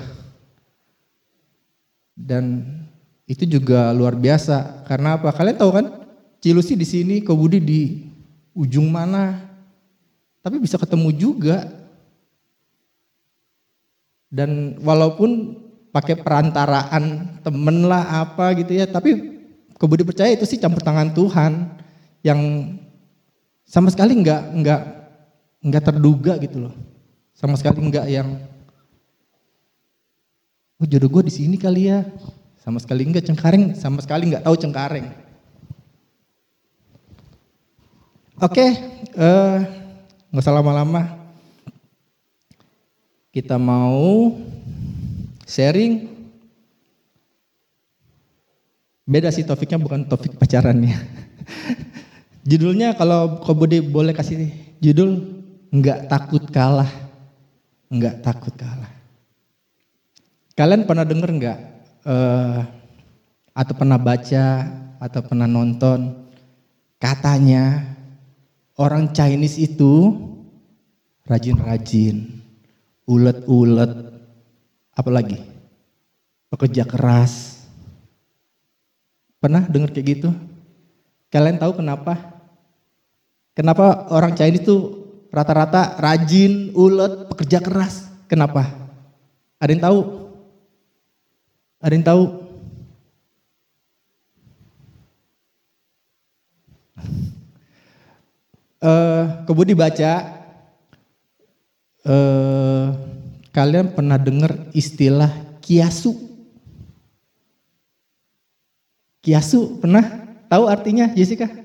Dan itu juga luar biasa. Karena apa? Kalian tahu kan? Cilusi di sini, Ko Budi di ujung mana. Tapi bisa ketemu juga. Dan walaupun pakai perantaraan temen lah apa gitu ya. Tapi Ko Budi percaya itu sih campur tangan Tuhan. Yang sama sekali enggak enggak enggak terduga gitu loh. Sama sekali enggak yang oh jodoh gue di sini kali ya. Sama sekali enggak Cengkareng, sama sekali enggak tahu Cengkareng. Oke, eh enggak usah lama-lama. Kita mau sharing. Beda sih topiknya, bukan topik pacarannya. Judulnya kalau Ko Budi boleh kasih judul, enggak takut kalah. Enggak takut kalah. Kalian pernah denger enggak uh, atau pernah baca atau pernah nonton katanya orang Chinese itu rajin-rajin, ulet-ulet, apalagi pekerja keras. Pernah denger kayak gitu? Kalian tahu kenapa? Kenapa orang Chinese itu rata-rata rajin, ulet, pekerja keras? Kenapa? Ada yang tahu? Ada yang tahu? Uh, Ko Budi baca, uh, kalian pernah dengar istilah kiasu? Kiasu pernah? Tahu artinya, Jessica?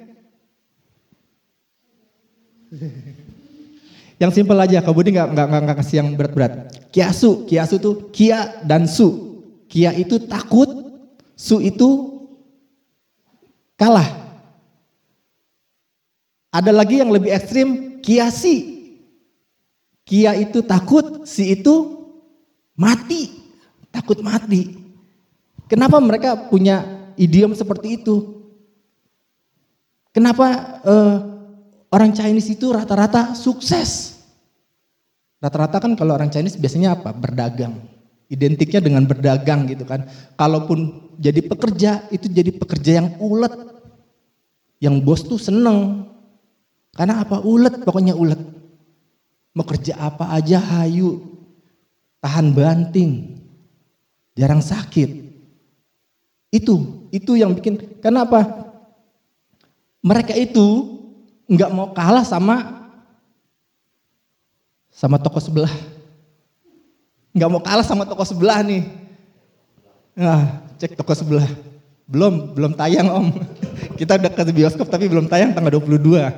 Yang simpel aja, Ko Budi nggak nggak nggak kasih yang berat-berat. Kiasu, kiasu tuh kia dan su. Kia itu takut, su itu kalah. Ada lagi yang lebih ekstrim, kiasi. Kia itu takut, si itu mati, takut mati. Kenapa mereka punya idiom seperti itu? Kenapa uh, orang Chinese itu rata-rata sukses? Rata-rata kan kalau orang Chinese biasanya apa? Berdagang. Identiknya dengan berdagang gitu kan. Kalaupun jadi pekerja, itu jadi pekerja yang ulet. Yang bos tuh seneng. Karena apa? Ulet, pokoknya ulet. Mau kerja apa aja hayu. Tahan banting. Jarang sakit. Itu, itu yang bikin, karena apa? Mereka itu nggak mau kalah sama sama toko sebelah. Nggak mau kalah sama toko sebelah nih. Nah, cek toko sebelah. Belum, belum tayang Om. Kita udah ke bioskop tapi belum tayang tanggal dua puluh dua.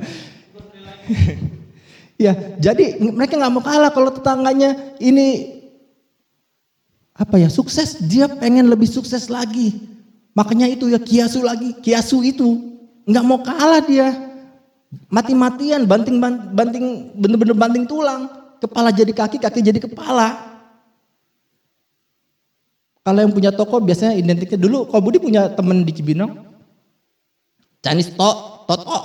Ya, jadi mereka nggak mau kalah kalau tetangganya ini apa ya, sukses, dia pengen lebih sukses lagi. Makanya itu ya kiasu lagi, kiasu itu nggak mau kalah dia. Mati-matian, banting banting bener-bener banting tulang. Kepala jadi kaki, kaki jadi kepala. Kalau yang punya toko biasanya identiknya dulu. Kalau Budi punya temen di Cibinong, Chinese to, Toto,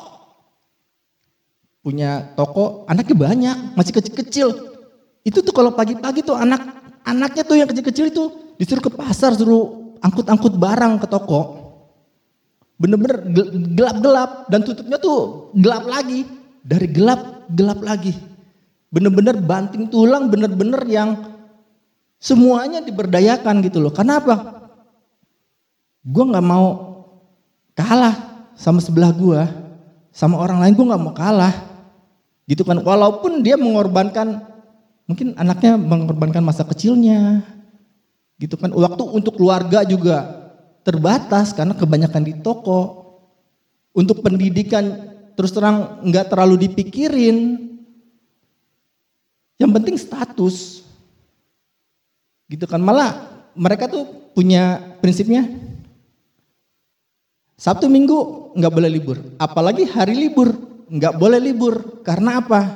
punya toko, anaknya banyak, masih kecil-kecil. Itu tuh kalau pagi-pagi tuh anak anaknya tuh yang kecil-kecil itu disuruh ke pasar, suruh angkut-angkut barang ke toko. Bener-bener gelap-gelap dan tutupnya tuh gelap lagi, dari gelap gelap lagi. Bener-bener banting tulang, bener-bener yang semuanya diberdayakan gitu loh. Kenapa? Gue nggak mau kalah sama sebelah gue, sama orang lain gue nggak mau kalah, gitu kan. Walaupun dia mengorbankan, mungkin anaknya mengorbankan masa kecilnya, gitu kan. Waktu untuk keluarga juga terbatas karena kebanyakan di toko. Untuk pendidikan terus terang nggak terlalu dipikirin. Yang penting status, gitu kan. Malah mereka tuh punya prinsipnya Sabtu Minggu nggak boleh libur, apalagi hari libur nggak boleh libur. Karena apa?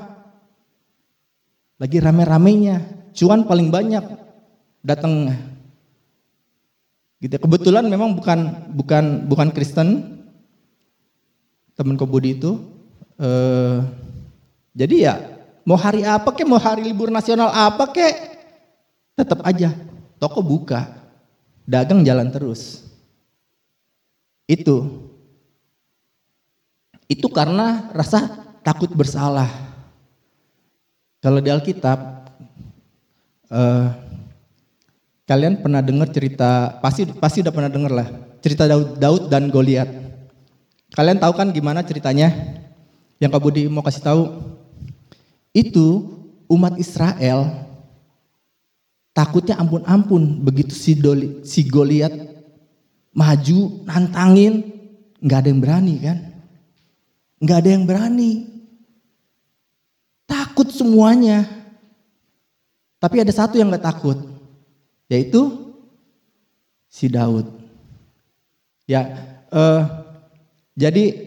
Lagi rame-ramenya, cuan paling banyak datang. Gitu. Kebetulan memang bukan bukan bukan Kristen, temen Kobudi itu. Eh, jadi ya mau hari apa kek, mau hari libur nasional apa kek, tetap aja toko buka, dagang jalan terus. Itu, itu karena rasa takut bersalah. Kalau di Alkitab, eh, kalian pernah dengar cerita, pasti pasti udah pernah dengar lah, cerita Daud, Daud dan Goliat. Kalian tahu kan gimana ceritanya? Yang Kak Budi mau kasih tahu, itu umat Israel takutnya ampun-ampun begitu si, Doli, si Goliat maju, nantangin, nggak ada yang berani kan? Nggak ada yang berani. Takut semuanya. Tapi ada satu yang nggak takut, yaitu si Daud. Ya, eh, jadi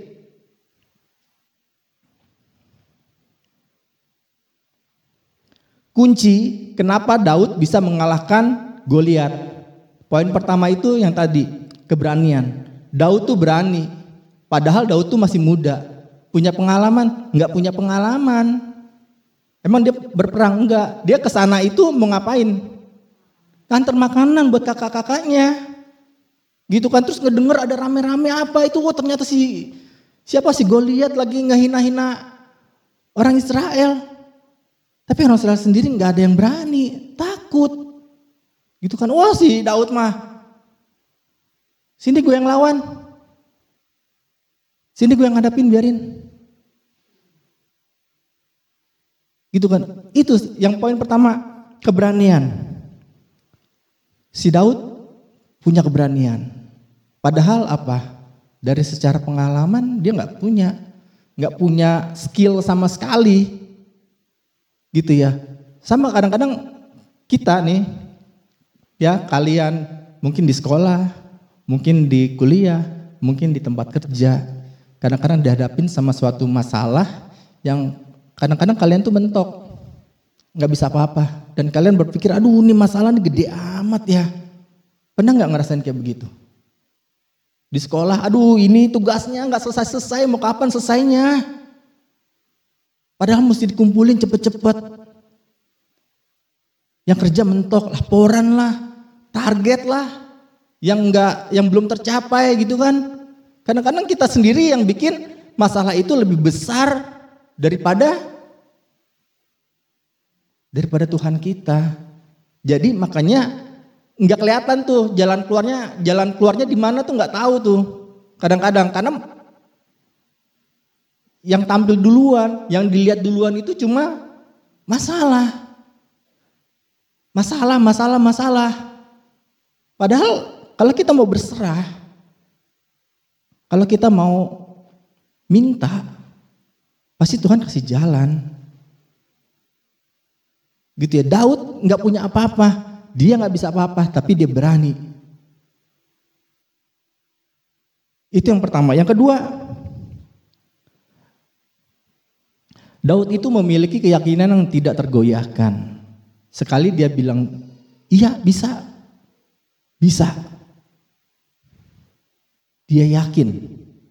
kunci kenapa Daud bisa mengalahkan Goliat. Poin pertama itu yang tadi, keberanian. Daud tuh berani, padahal Daud tuh masih muda. Punya pengalaman? Enggak punya pengalaman. Emang dia berperang? Enggak. Dia kesana itu mau ngapain? Kantor makanan buat kakak-kakaknya. Gitu kan, terus ngedenger ada rame-rame apa itu, oh ternyata si siapa si Goliat lagi ngehina-hina orang Israel. Tapi orang Israel sendiri nggak ada yang berani, takut. Gitu kan, wah si Daud mah, sini gue yang lawan, sini gue yang ngadapin, biarin. Gitu kan, itu yang poin pertama, keberanian. Si Daud punya keberanian. Padahal apa? Dari secara pengalaman dia nggak punya, nggak punya skill sama sekali. Gitu ya. Sama kadang-kadang kita nih, ya kalian mungkin di sekolah, mungkin di kuliah, mungkin di tempat kerja, kadang-kadang dihadapin sama suatu masalah yang kadang-kadang kalian tuh mentok, nggak bisa apa-apa, dan kalian berpikir, aduh ini masalah ini gede amat ya. Pernah nggak ngerasain kayak begitu? Di sekolah, aduh ini tugasnya nggak selesai-selesai, mau kapan selesainya? Padahal mesti dikumpulin cepet-cepet. Yang kerja mentok, laporan lah, target lah, yang enggak, yang belum tercapai gitu kan. Kadang-kadang kita sendiri yang bikin masalah itu lebih besar daripada daripada Tuhan kita. Jadi makanya nggak kelihatan tuh jalan keluarnya, jalan keluarnya di mana tuh nggak tahu tuh. Kadang-kadang karena yang tampil duluan, yang dilihat duluan itu cuma masalah. Masalah, masalah, masalah. Padahal kalau kita mau berserah, kalau kita mau minta, pasti Tuhan kasih jalan. Gitu ya, Daud nggak punya apa-apa, dia nggak bisa apa-apa, tapi dia berani. Itu yang pertama. Yang kedua, Daud itu memiliki keyakinan yang tidak tergoyahkan. Sekali dia bilang, iya bisa. Bisa. Dia yakin.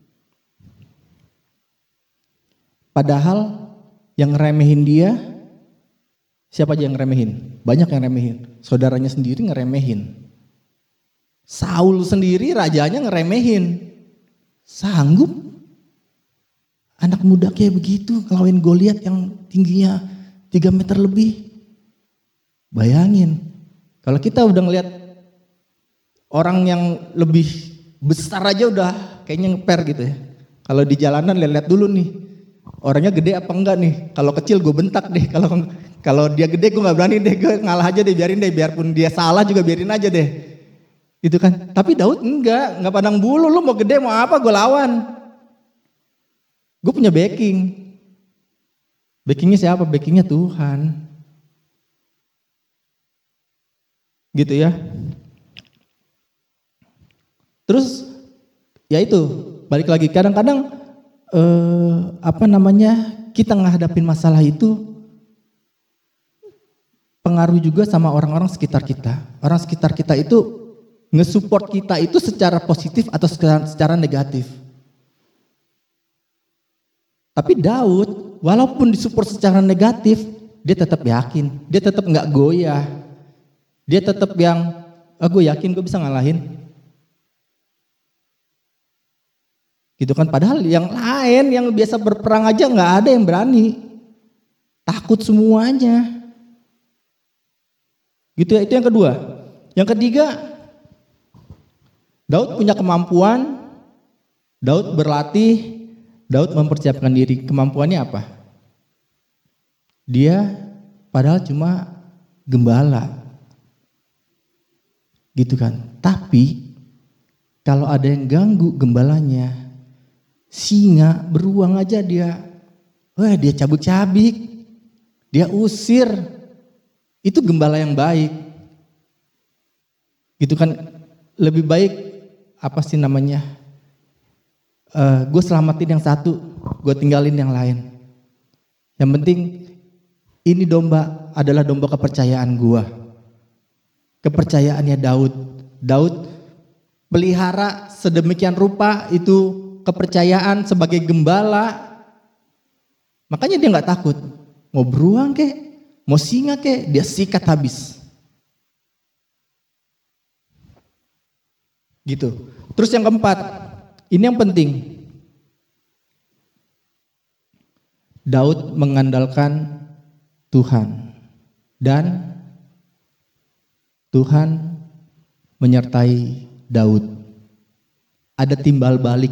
Padahal yang ngeremehin dia, siapa aja yang ngeremehin? Banyak yang ngeremehin. Saudaranya sendiri ngeremehin. Saul sendiri rajanya ngeremehin. Sanggup anak muda kayak begitu ngelawan Goliat yang tingginya tiga meter lebih. Bayangin, kalau kita udah ngeliat orang yang lebih besar aja udah kayaknya ngeper gitu ya. Kalau di jalanan lihat-lihat dulu nih, orangnya gede apa enggak nih. Kalau kecil gue bentak deh, kalau kalau dia gede gue nggak berani deh, gue ngalah aja deh, biarin deh, biarpun dia salah juga biarin aja deh. Gitu kan. Tapi Daud enggak, enggak pandang bulu, lu mau gede mau apa gue lawan. Gue punya backing. Backingnya siapa? Backingnya Tuhan. Gitu ya. Terus ya itu, balik lagi kadang-kadang eh, apa namanya, kita ngadapin masalah itu pengaruh juga sama orang-orang sekitar kita. Orang sekitar kita itu nge-support kita itu secara positif atau secara, secara negatif. Tapi Daud, walaupun disupport secara negatif, dia tetap yakin, dia tetap nggak goyah, dia tetap yang, ah, gue yakin gue bisa ngalahin. Gitu kan, padahal yang lain yang biasa berperang aja nggak ada yang berani, takut semuanya. Gitu ya, itu yang kedua. Yang ketiga, Daud punya kemampuan, Daud berlatih, Daud mempersiapkan diri. Kemampuannya apa? Dia padahal cuma gembala. Gitu kan. Tapi kalau ada yang ganggu gembalanya, singa beruang aja dia, wah dia cabik-cabik, dia usir. Itu gembala yang baik. Gitu kan, lebih baik apa sih namanya, uh, gue selamatin yang satu, gue tinggalin yang lain. Yang penting ini domba adalah domba kepercayaan gue. Kepercayaannya Daud. Daud pelihara sedemikian rupa itu kepercayaan sebagai gembala. Makanya dia gak takut. Mau beruang kek, mau singa kek, dia sikat habis. Gitu. Terus yang keempat, ini yang penting. Daud mengandalkan Tuhan dan Tuhan menyertai Daud. Ada timbal balik.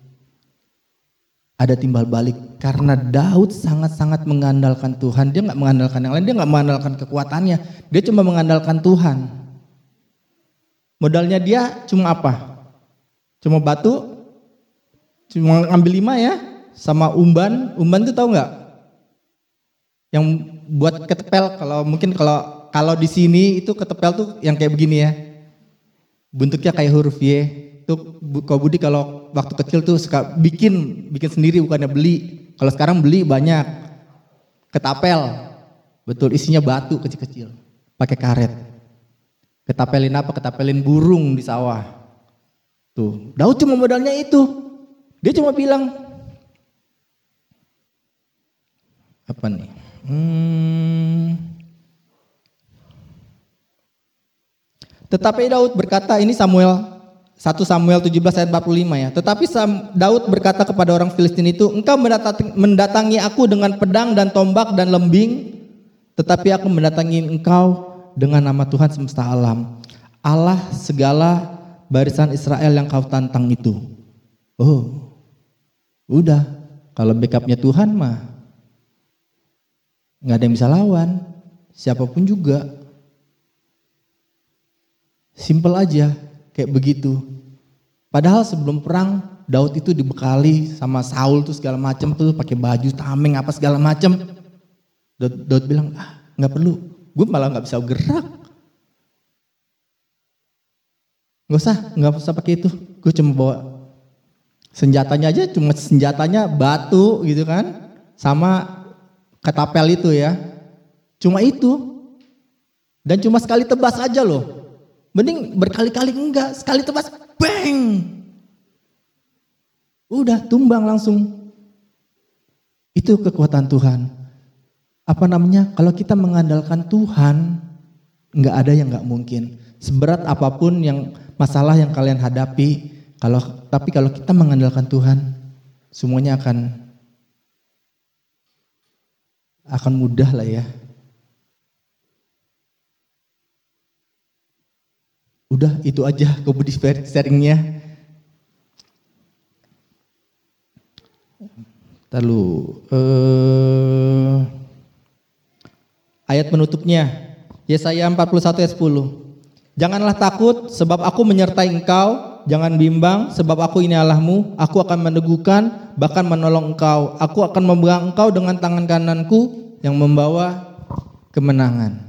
Ada timbal balik karena Daud sangat-sangat mengandalkan Tuhan. Dia nggak mengandalkan yang lain, dia nggak mengandalkan kekuatannya. Dia cuma mengandalkan Tuhan. Modalnya dia cuma apa? Cuma batu, cuma ngambil lima ya, sama umban. Umban itu tahu nggak? Yang buat ketepel. Kalau mungkin kalau kalau di sini itu ketepel tuh yang kayak begini ya, bentuknya kayak huruf Y. Tuh kau Budi kalau waktu kecil tuh suka bikin bikin sendiri bukannya beli. Kalau sekarang beli banyak. Ketapel, betul isinya batu kecil-kecil, pakai karet. Ketapelin apa? Ketapelin burung di sawah. Tuh, Daud cuma modalnya itu. Dia cuma bilang, apa nih? Hmm, tetapi Daud berkata, ini Samuel satu Samuel tujuh belas ayat empat puluh lima ya. Tetapi Sam, Daud berkata kepada orang Filistin itu, engkau mendatangi, mendatangi aku dengan pedang dan tombak dan lembing, tetapi aku mendatangi engkau dengan nama Tuhan semesta alam, Allah segala barisan Israel yang kau tantang itu. Oh, udah, kalau backupnya Tuhan mah nggak ada yang bisa lawan, siapapun juga. Simple aja, kayak begitu. Padahal sebelum perang Daud itu dibekali sama Saul tuh segala macam tuh, pakai baju tameng apa segala macam. Daud, Daud bilang, ah nggak perlu, gue malah nggak bisa gerak. Nggak usah, nggak usah pakai itu. Gue cuma bawa senjatanya aja, cuma senjatanya batu gitu kan, sama ketapel itu ya. Cuma itu, dan cuma sekali tebas aja loh. Mending berkali-kali enggak, sekali tebas, bang. Udah tumbang langsung. Itu kekuatan Tuhan. Apa namanya? Kalau kita mengandalkan Tuhan, enggak ada yang enggak mungkin. Seberat apapun yang masalah yang kalian hadapi, kalau tapi kalau kita mengandalkan Tuhan, semuanya akan akan mudah lah ya. Udah itu aja Kobudi sharingnya. Lalu eh, ayat penutupnya Yesaya empat puluh satu ayat sepuluh. Janganlah takut sebab aku menyertai engkau, jangan bimbang sebab aku ini Allahmu, aku akan meneguhkan bahkan menolong engkau. Aku akan memegang engkau dengan tangan kananku yang membawa kemenangan.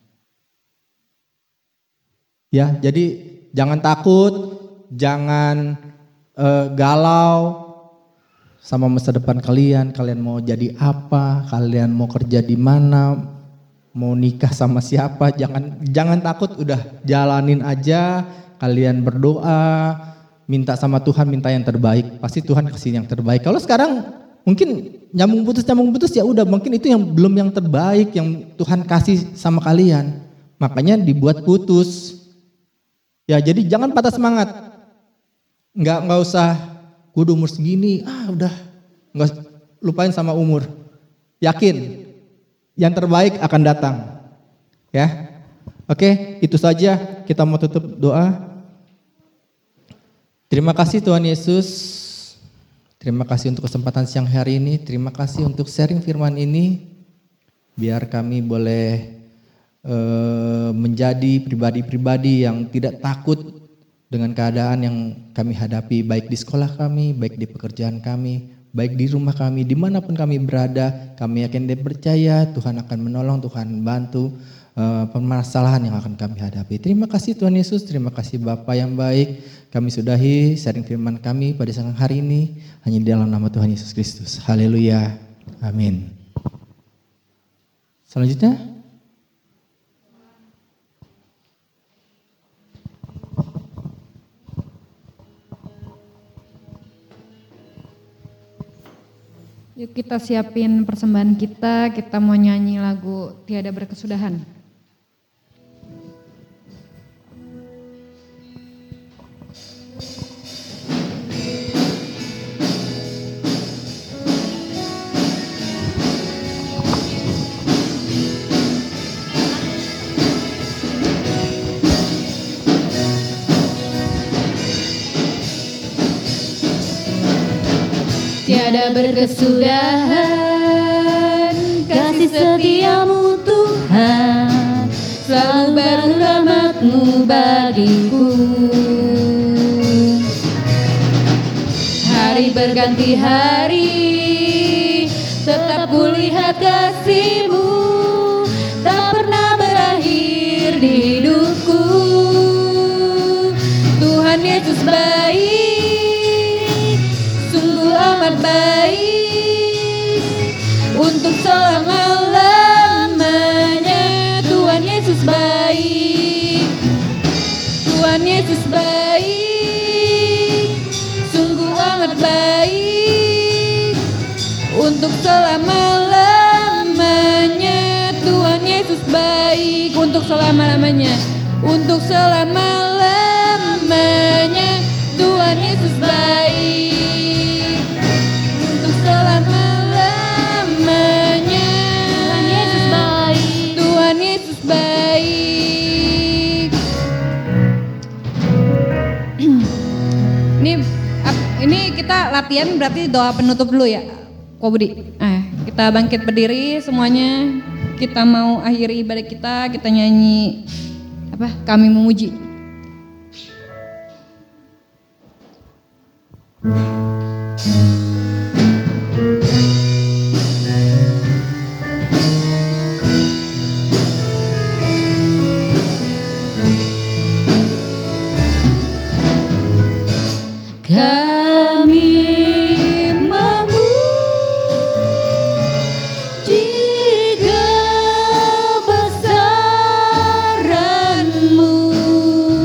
Ya, jadi jangan takut, jangan uh, galau sama masa depan kalian. Kalian mau jadi apa? Kalian mau kerja di mana? Mau nikah sama siapa? Jangan jangan takut, udah jalanin aja. Kalian berdoa, minta sama Tuhan, minta yang terbaik. Pasti Tuhan kasih yang terbaik. Kalau sekarang mungkin nyambung putus nyambung putus ya udah, mungkin itu yang belum yang terbaik yang Tuhan kasih sama kalian. Makanya dibuat putus. Ya jadi jangan patah semangat, nggak nggak usah, gue udah umur segini, ah udah, nggak lupain sama umur. Yakin, yang terbaik akan datang, ya. Oke, itu saja kita mau tutup doa. Terima kasih Tuhan Yesus, terima kasih untuk kesempatan siang hari ini, terima kasih untuk sharing firman ini, biar kami boleh menjadi pribadi-pribadi yang tidak takut dengan keadaan yang kami hadapi, baik di sekolah kami, baik di pekerjaan kami, baik di rumah kami, dimanapun kami berada. Kami yakin dan percaya Tuhan akan menolong, Tuhan bantu uh, permasalahan yang akan kami hadapi. Terima kasih Tuhan Yesus, terima kasih Bapa yang baik. Kami sudahi sharing firman kami pada siang hari ini hanya di dalam nama Tuhan Yesus Kristus. Haleluya, amin. Selanjutnya, yuk kita siapin persembahan kita, kita mau nyanyi lagu Tiada Berkesudahan. Tiada berkesudahan kasih setiamu Tuhan, selalu baru rahmat-Mu bagiku. Hari berganti hari, tetap kulihat kasih-Mu, tak pernah berakhir di hidupku. Tuhan Yesus baik, amat baik untuk selama-lamanya. Tuhan Yesus baik, Tuhan Yesus baik, sungguh amat baik untuk selama-lamanya. Tuhan Yesus baik untuk selama-lamanya, untuk selama-lamanya. Tuhan Yesus baik selama-lamanya. Tuhan Yesus baik, Tuhan Yesus baik. Ini ini kita latihan berarti doa penutup dulu ya, Ko Budi. Eh, kita bangkit berdiri semuanya. Kita mau akhiri ibadah kita, kita nyanyi apa? Kami memuji. Kami memuji kebesaran-Mu.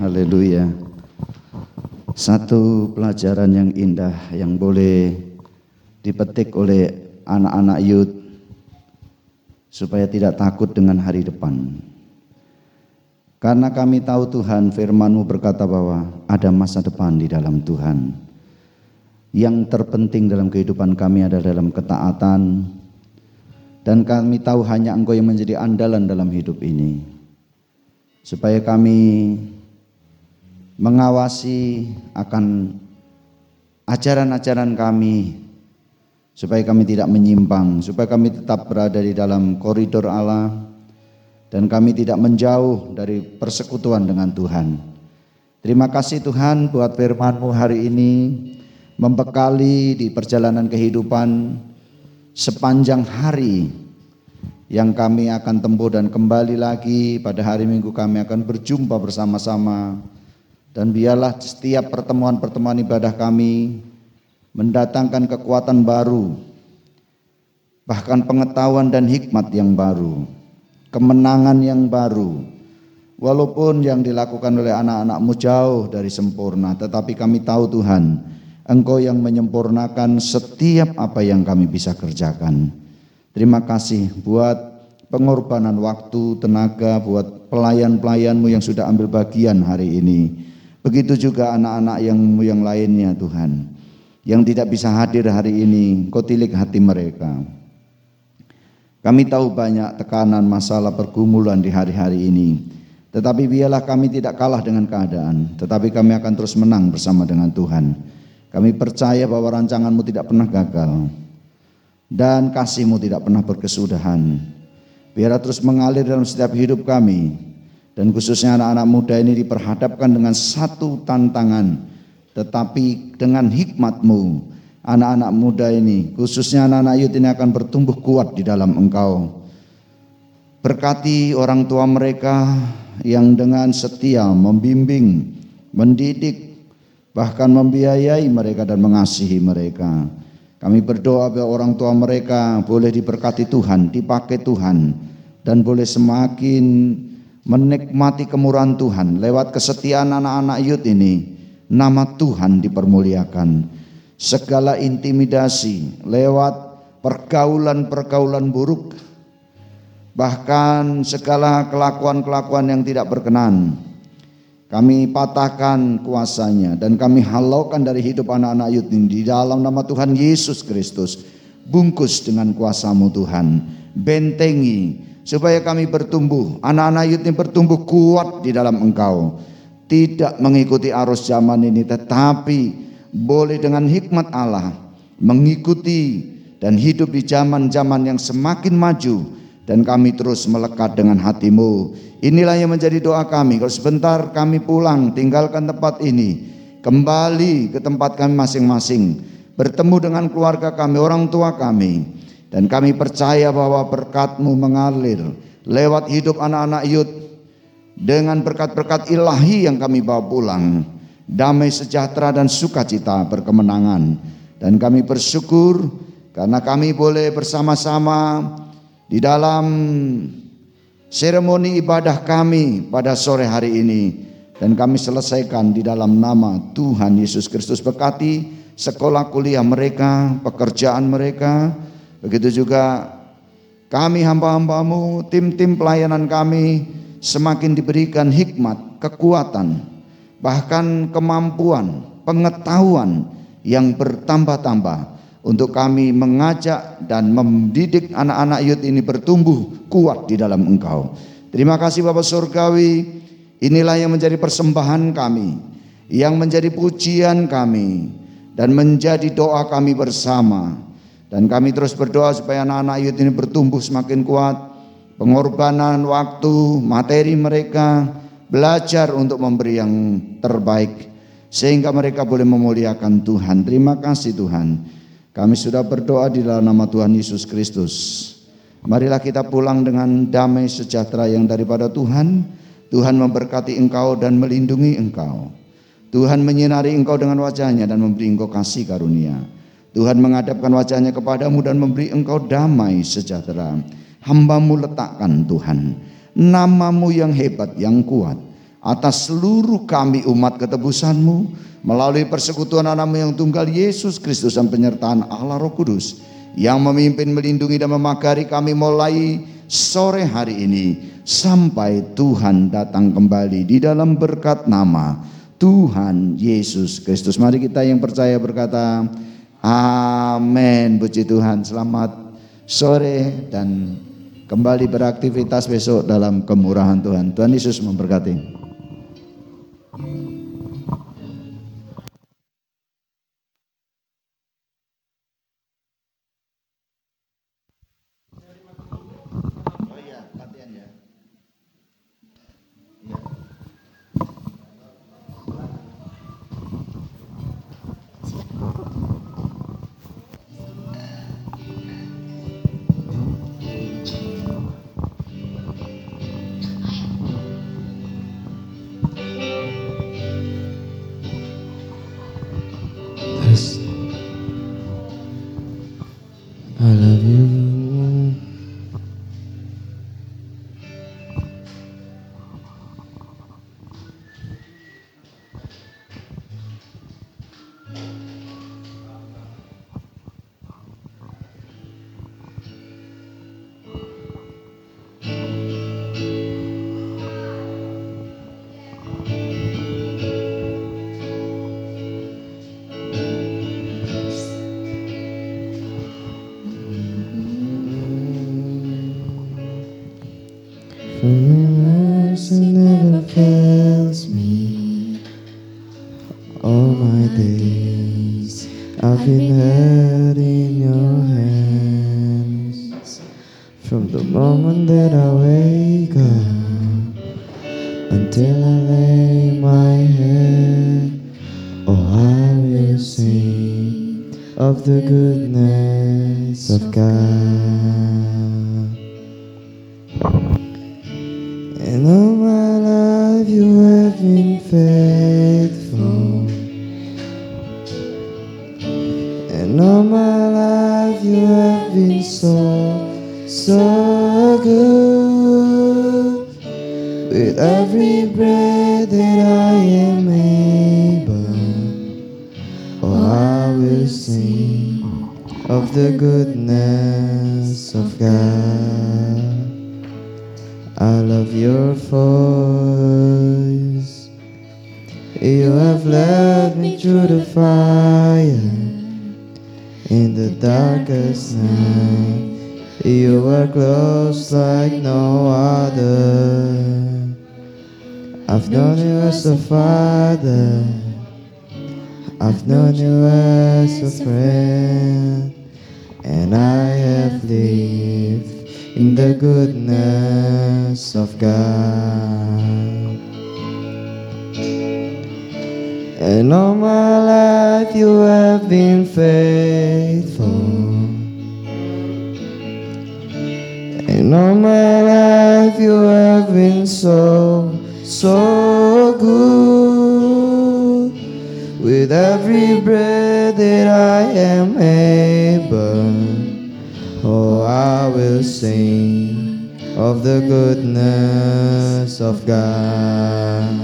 haleluya. Satu pelajaran yang indah yang boleh dipetik oleh anak-anak youth supaya tidak takut dengan hari depan. Karena kami tahu Tuhan, firman-Mu berkata bahwa ada masa depan di dalam Tuhan. Yang terpenting dalam kehidupan kami adalah dalam ketaatan, dan kami tahu hanya Engkau yang menjadi andalan dalam hidup ini. Supaya kami mengawasi akan ajaran-ajaran kami, supaya kami tidak menyimpang, supaya kami tetap berada di dalam koridor Allah, dan kami tidak menjauh dari persekutuan dengan Tuhan. Terima kasih Tuhan buat firman-Mu hari ini, membekali di perjalanan kehidupan sepanjang hari yang kami akan tempuh, dan kembali lagi pada hari Minggu kami akan berjumpa bersama-sama. Dan biarlah setiap pertemuan-pertemuan ibadah kami mendatangkan kekuatan baru, bahkan pengetahuan dan hikmat yang baru, kemenangan yang baru. Walaupun yang dilakukan oleh anak-anak-Mu jauh dari sempurna, tetapi kami tahu Tuhan, Engkau yang menyempurnakan setiap apa yang kami bisa kerjakan. Terima kasih buat pengorbanan waktu, tenaga, buat pelayan-pelayan-Mu yang sudah ambil bagian hari ini. Begitu juga anak-anak yang yang lainnya Tuhan, yang tidak bisa hadir hari ini, Engkau tilik hati mereka. Kami tahu banyak tekanan, masalah, pergumulan di hari-hari ini, tetapi biarlah kami tidak kalah dengan keadaan, tetapi kami akan terus menang bersama dengan Tuhan. Kami percaya bahwa rancangan-Mu tidak pernah gagal, dan kasih-Mu tidak pernah berkesudahan. Biarlah terus mengalir dalam setiap hidup kami, dan khususnya anak-anak muda ini diperhadapkan dengan satu tantangan, tetapi dengan hikmat-Mu, anak-anak muda ini, khususnya anak-anak youth ini akan bertumbuh kuat di dalam Engkau. Berkati orang tua mereka yang dengan setia membimbing, mendidik, bahkan membiayai mereka dan mengasihi mereka. Kami berdoa bahwa orang tua mereka boleh diberkati Tuhan, dipakai Tuhan, dan boleh semakin menikmati kemurahan Tuhan lewat kesetiaan anak-anak youth ini. Nama Tuhan dipermuliakan. Segala intimidasi lewat pergaulan-pergaulan buruk, bahkan segala kelakuan-kelakuan yang tidak berkenan, kami patahkan kuasanya dan kami halaukan dari hidup anak-anak youth ini di dalam nama Tuhan Yesus Kristus. Bungkus dengan kuasa-Mu Tuhan, bentengi supaya kami bertumbuh, anak-anak youth ini bertumbuh kuat di dalam Engkau, tidak mengikuti arus zaman ini, tetapi boleh dengan hikmat Allah mengikuti dan hidup di zaman-zaman yang semakin maju, dan kami terus melekat dengan hati-Mu. Inilah yang menjadi doa kami. Kalau sebentar kami pulang, tinggalkan tempat ini, kembali ke tempat kami masing-masing, bertemu dengan keluarga kami, orang tua kami, dan kami percaya bahwa berkat-Mu mengalir lewat hidup anak-anak youth dengan berkat-berkat ilahi yang kami bawa pulang, damai sejahtera dan sukacita berkemenangan. Dan kami bersyukur karena kami boleh bersama-sama di dalam seremoni ibadah kami pada sore hari ini, dan kami selesaikan di dalam nama Tuhan Yesus Kristus. Berkati sekolah kuliah mereka, pekerjaan mereka. Begitu juga kami hamba-hamba-Mu, tim-tim pelayanan kami semakin diberikan hikmat, kekuatan, bahkan kemampuan, pengetahuan yang bertambah-tambah untuk kami mengajak dan mendidik anak-anak youth ini bertumbuh kuat di dalam Engkau. Terima kasih Bapa Surgawi, inilah yang menjadi persembahan kami, yang menjadi pujian kami, dan menjadi doa kami bersama. Dan kami terus berdoa supaya anak-anak youth ini bertumbuh semakin kuat, pengorbanan waktu, materi mereka, belajar untuk memberi yang terbaik, sehingga mereka boleh memuliakan Tuhan. Terima kasih Tuhan. Kami sudah berdoa di dalam nama Tuhan Yesus Kristus. Marilah kita pulang dengan damai sejahtera yang daripada Tuhan. Tuhan memberkati engkau dan melindungi engkau. Tuhan menyinari engkau dengan wajahnya dan memberi engkau kasih karunia. Tuhan menghadapkan wajahnya kepadamu dan memberi engkau damai sejahtera. Hamba-Mu letakkan Tuhan, nama-Mu yang hebat, yang kuat, atas seluruh kami umat ketebusmu melalui persekutuan anakmu yang tunggal Yesus Kristus dan penyertaan Allah Roh Kudus yang memimpin, melindungi dan memagari kami mulai sore hari ini sampai Tuhan datang kembali di dalam berkat nama Tuhan Yesus Kristus. Mari kita yang percaya berkata amin. Puji Tuhan. Selamat sore dan kembali beraktivitas besok dalam kemurahan Tuhan. Tuhan Yesus memberkati. I love you. For your mercy never fails me. All my days I've been held in your hands. From the moment that I wake up until I lay my head, oh, I will sing of the goodness of God. And all my life you have been faithful. And all my life you have been so, so good. With every breath that I am able, oh, I will sing of the goodness of God. I love your voice. You have led me through the fire. In the darkest night, you were close like no other. I've known you as a father. I've known you as a friend. And I have lived in the goodness of God. And all my life you have been faithful. And all my life you have been so, so good. With every breath that I am able, oh, I will sing of the goodness of God.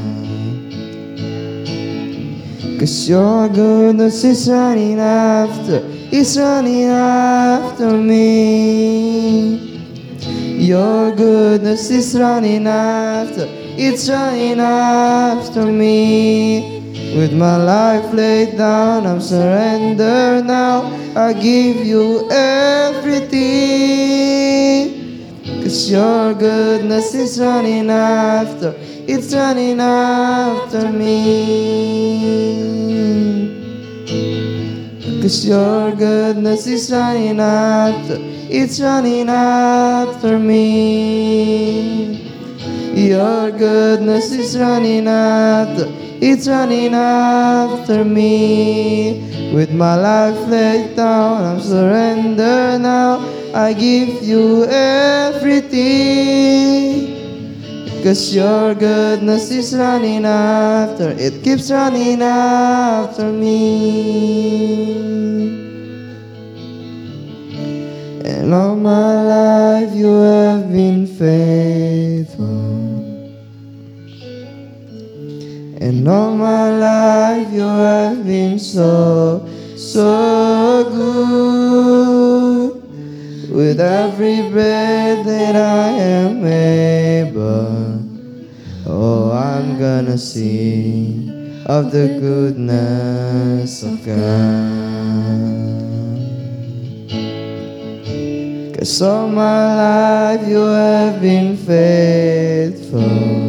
'Cause your goodness is running after, it's running after me. Your goodness is running after, it's running after me. With my life laid down, I'm surrendered now. I give you everything. 'Cause your goodness is running after, it's running after me. 'Cause your goodness is running after, it's running after me. Your goodness is running after, it's running after me. With my life laid down, I'm surrendered now. I give you everything. 'Cause your goodness is running after, it keeps running after me. And all my life you have been faithful. And all my life you have been so, so good. With every breath that I am able, oh, I'm gonna sing of the goodness of God. 'Cause all my life you have been faithful,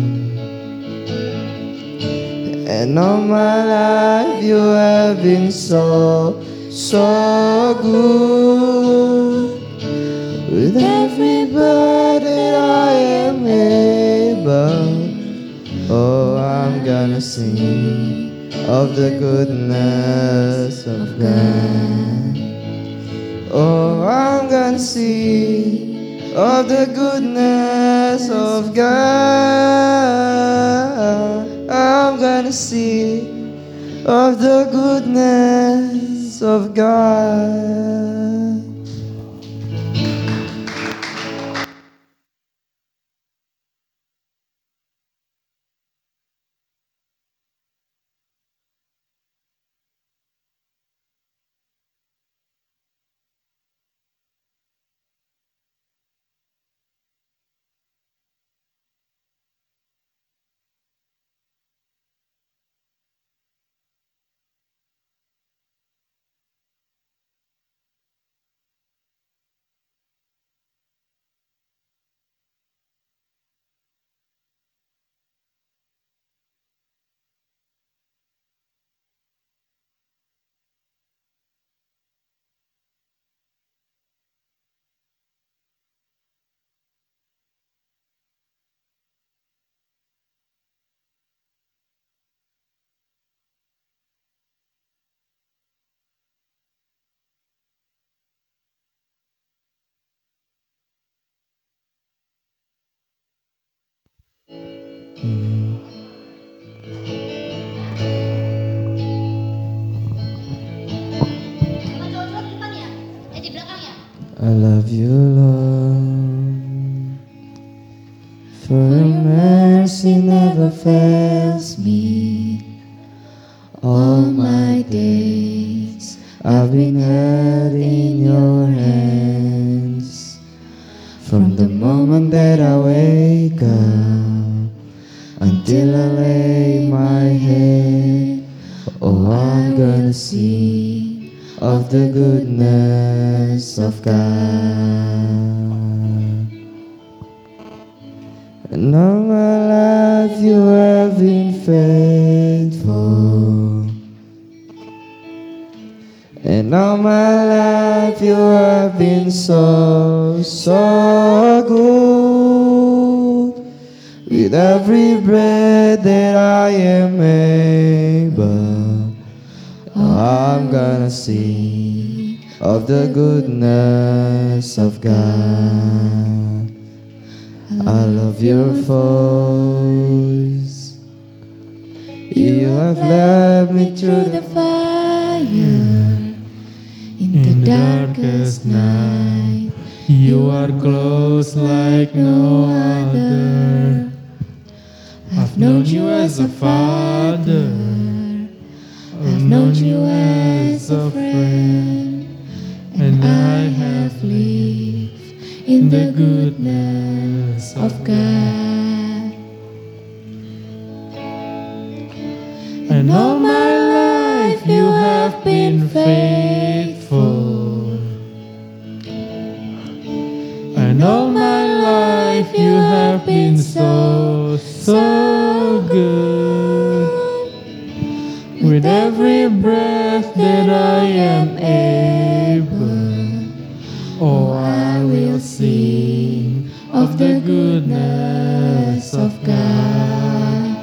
and all my life you have been so, so good. With every breath that I am able, oh, I'm gonna sing of the goodness of God. Oh, I'm gonna sing of the goodness of God. I'm gonna sing of the goodness of God. I love you, Lord, for your mercy never fails me. All my days I've been held in your hands. From the moment that I wake up until I lay my head, oh, I'm gonna sing of the goodness of God. And all my life you have been faithful, and all my life you have been so, so good. With every breath that I am able, I'm gonna sing of the goodness of God. I love your voice. You have led me through the fire, in the darkest night. You are close like no other. I've known you as a father, I've known you as a friend, and I have lived in the goodness of God. And all my life you have been faithful, and all my life you have been so, so good. With every breath that I am able, oh, I will sing of the goodness of God.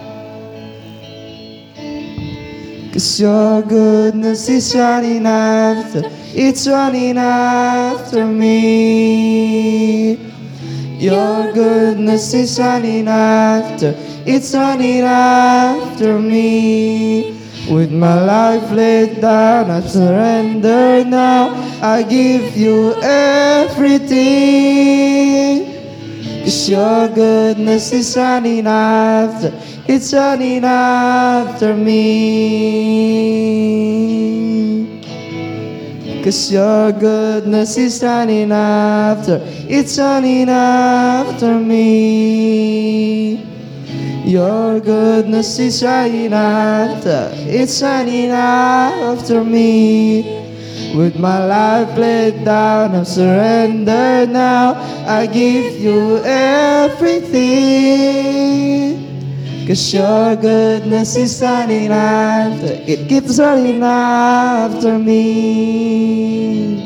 'Cause your goodness is running after, it's running after me. Your goodness is running after, it's running after me. With my life laid down, I surrender now. I give you everything. 'Cause your goodness is running after, it's running after me. 'Cause your goodness is running after, it's running after me. Your goodness is running after, it's running after me. With my life laid down, I'm surrendered now. I give you everything. 'Cause your goodness is running after, it keeps running after me.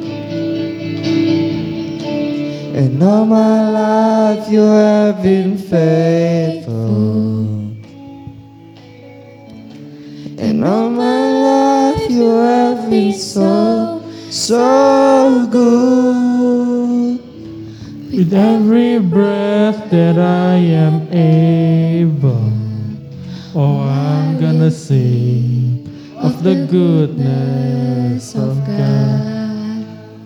And all my life you have been faithful. And all my life you have been so, so good. With every breath that I am able, oh, I'm gonna sing of the goodness of God.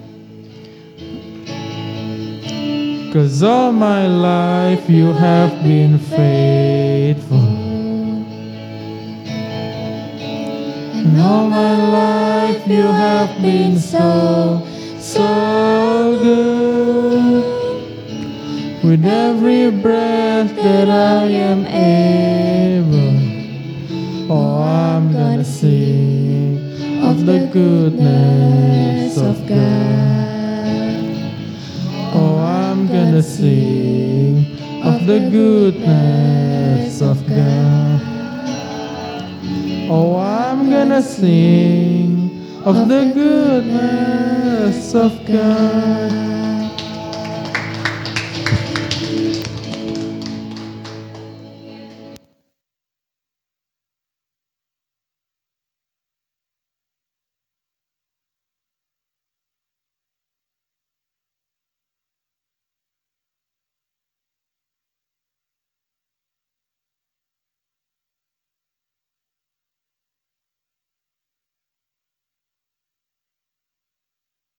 'Cause all my life you have been faithful. And all my life you have been so, so good. With every breath that I am able, oh, I'm gonna sing of the goodness of God. Oh, I'm gonna sing of the goodness of God. Oh, I'm gonna sing of the goodness of God.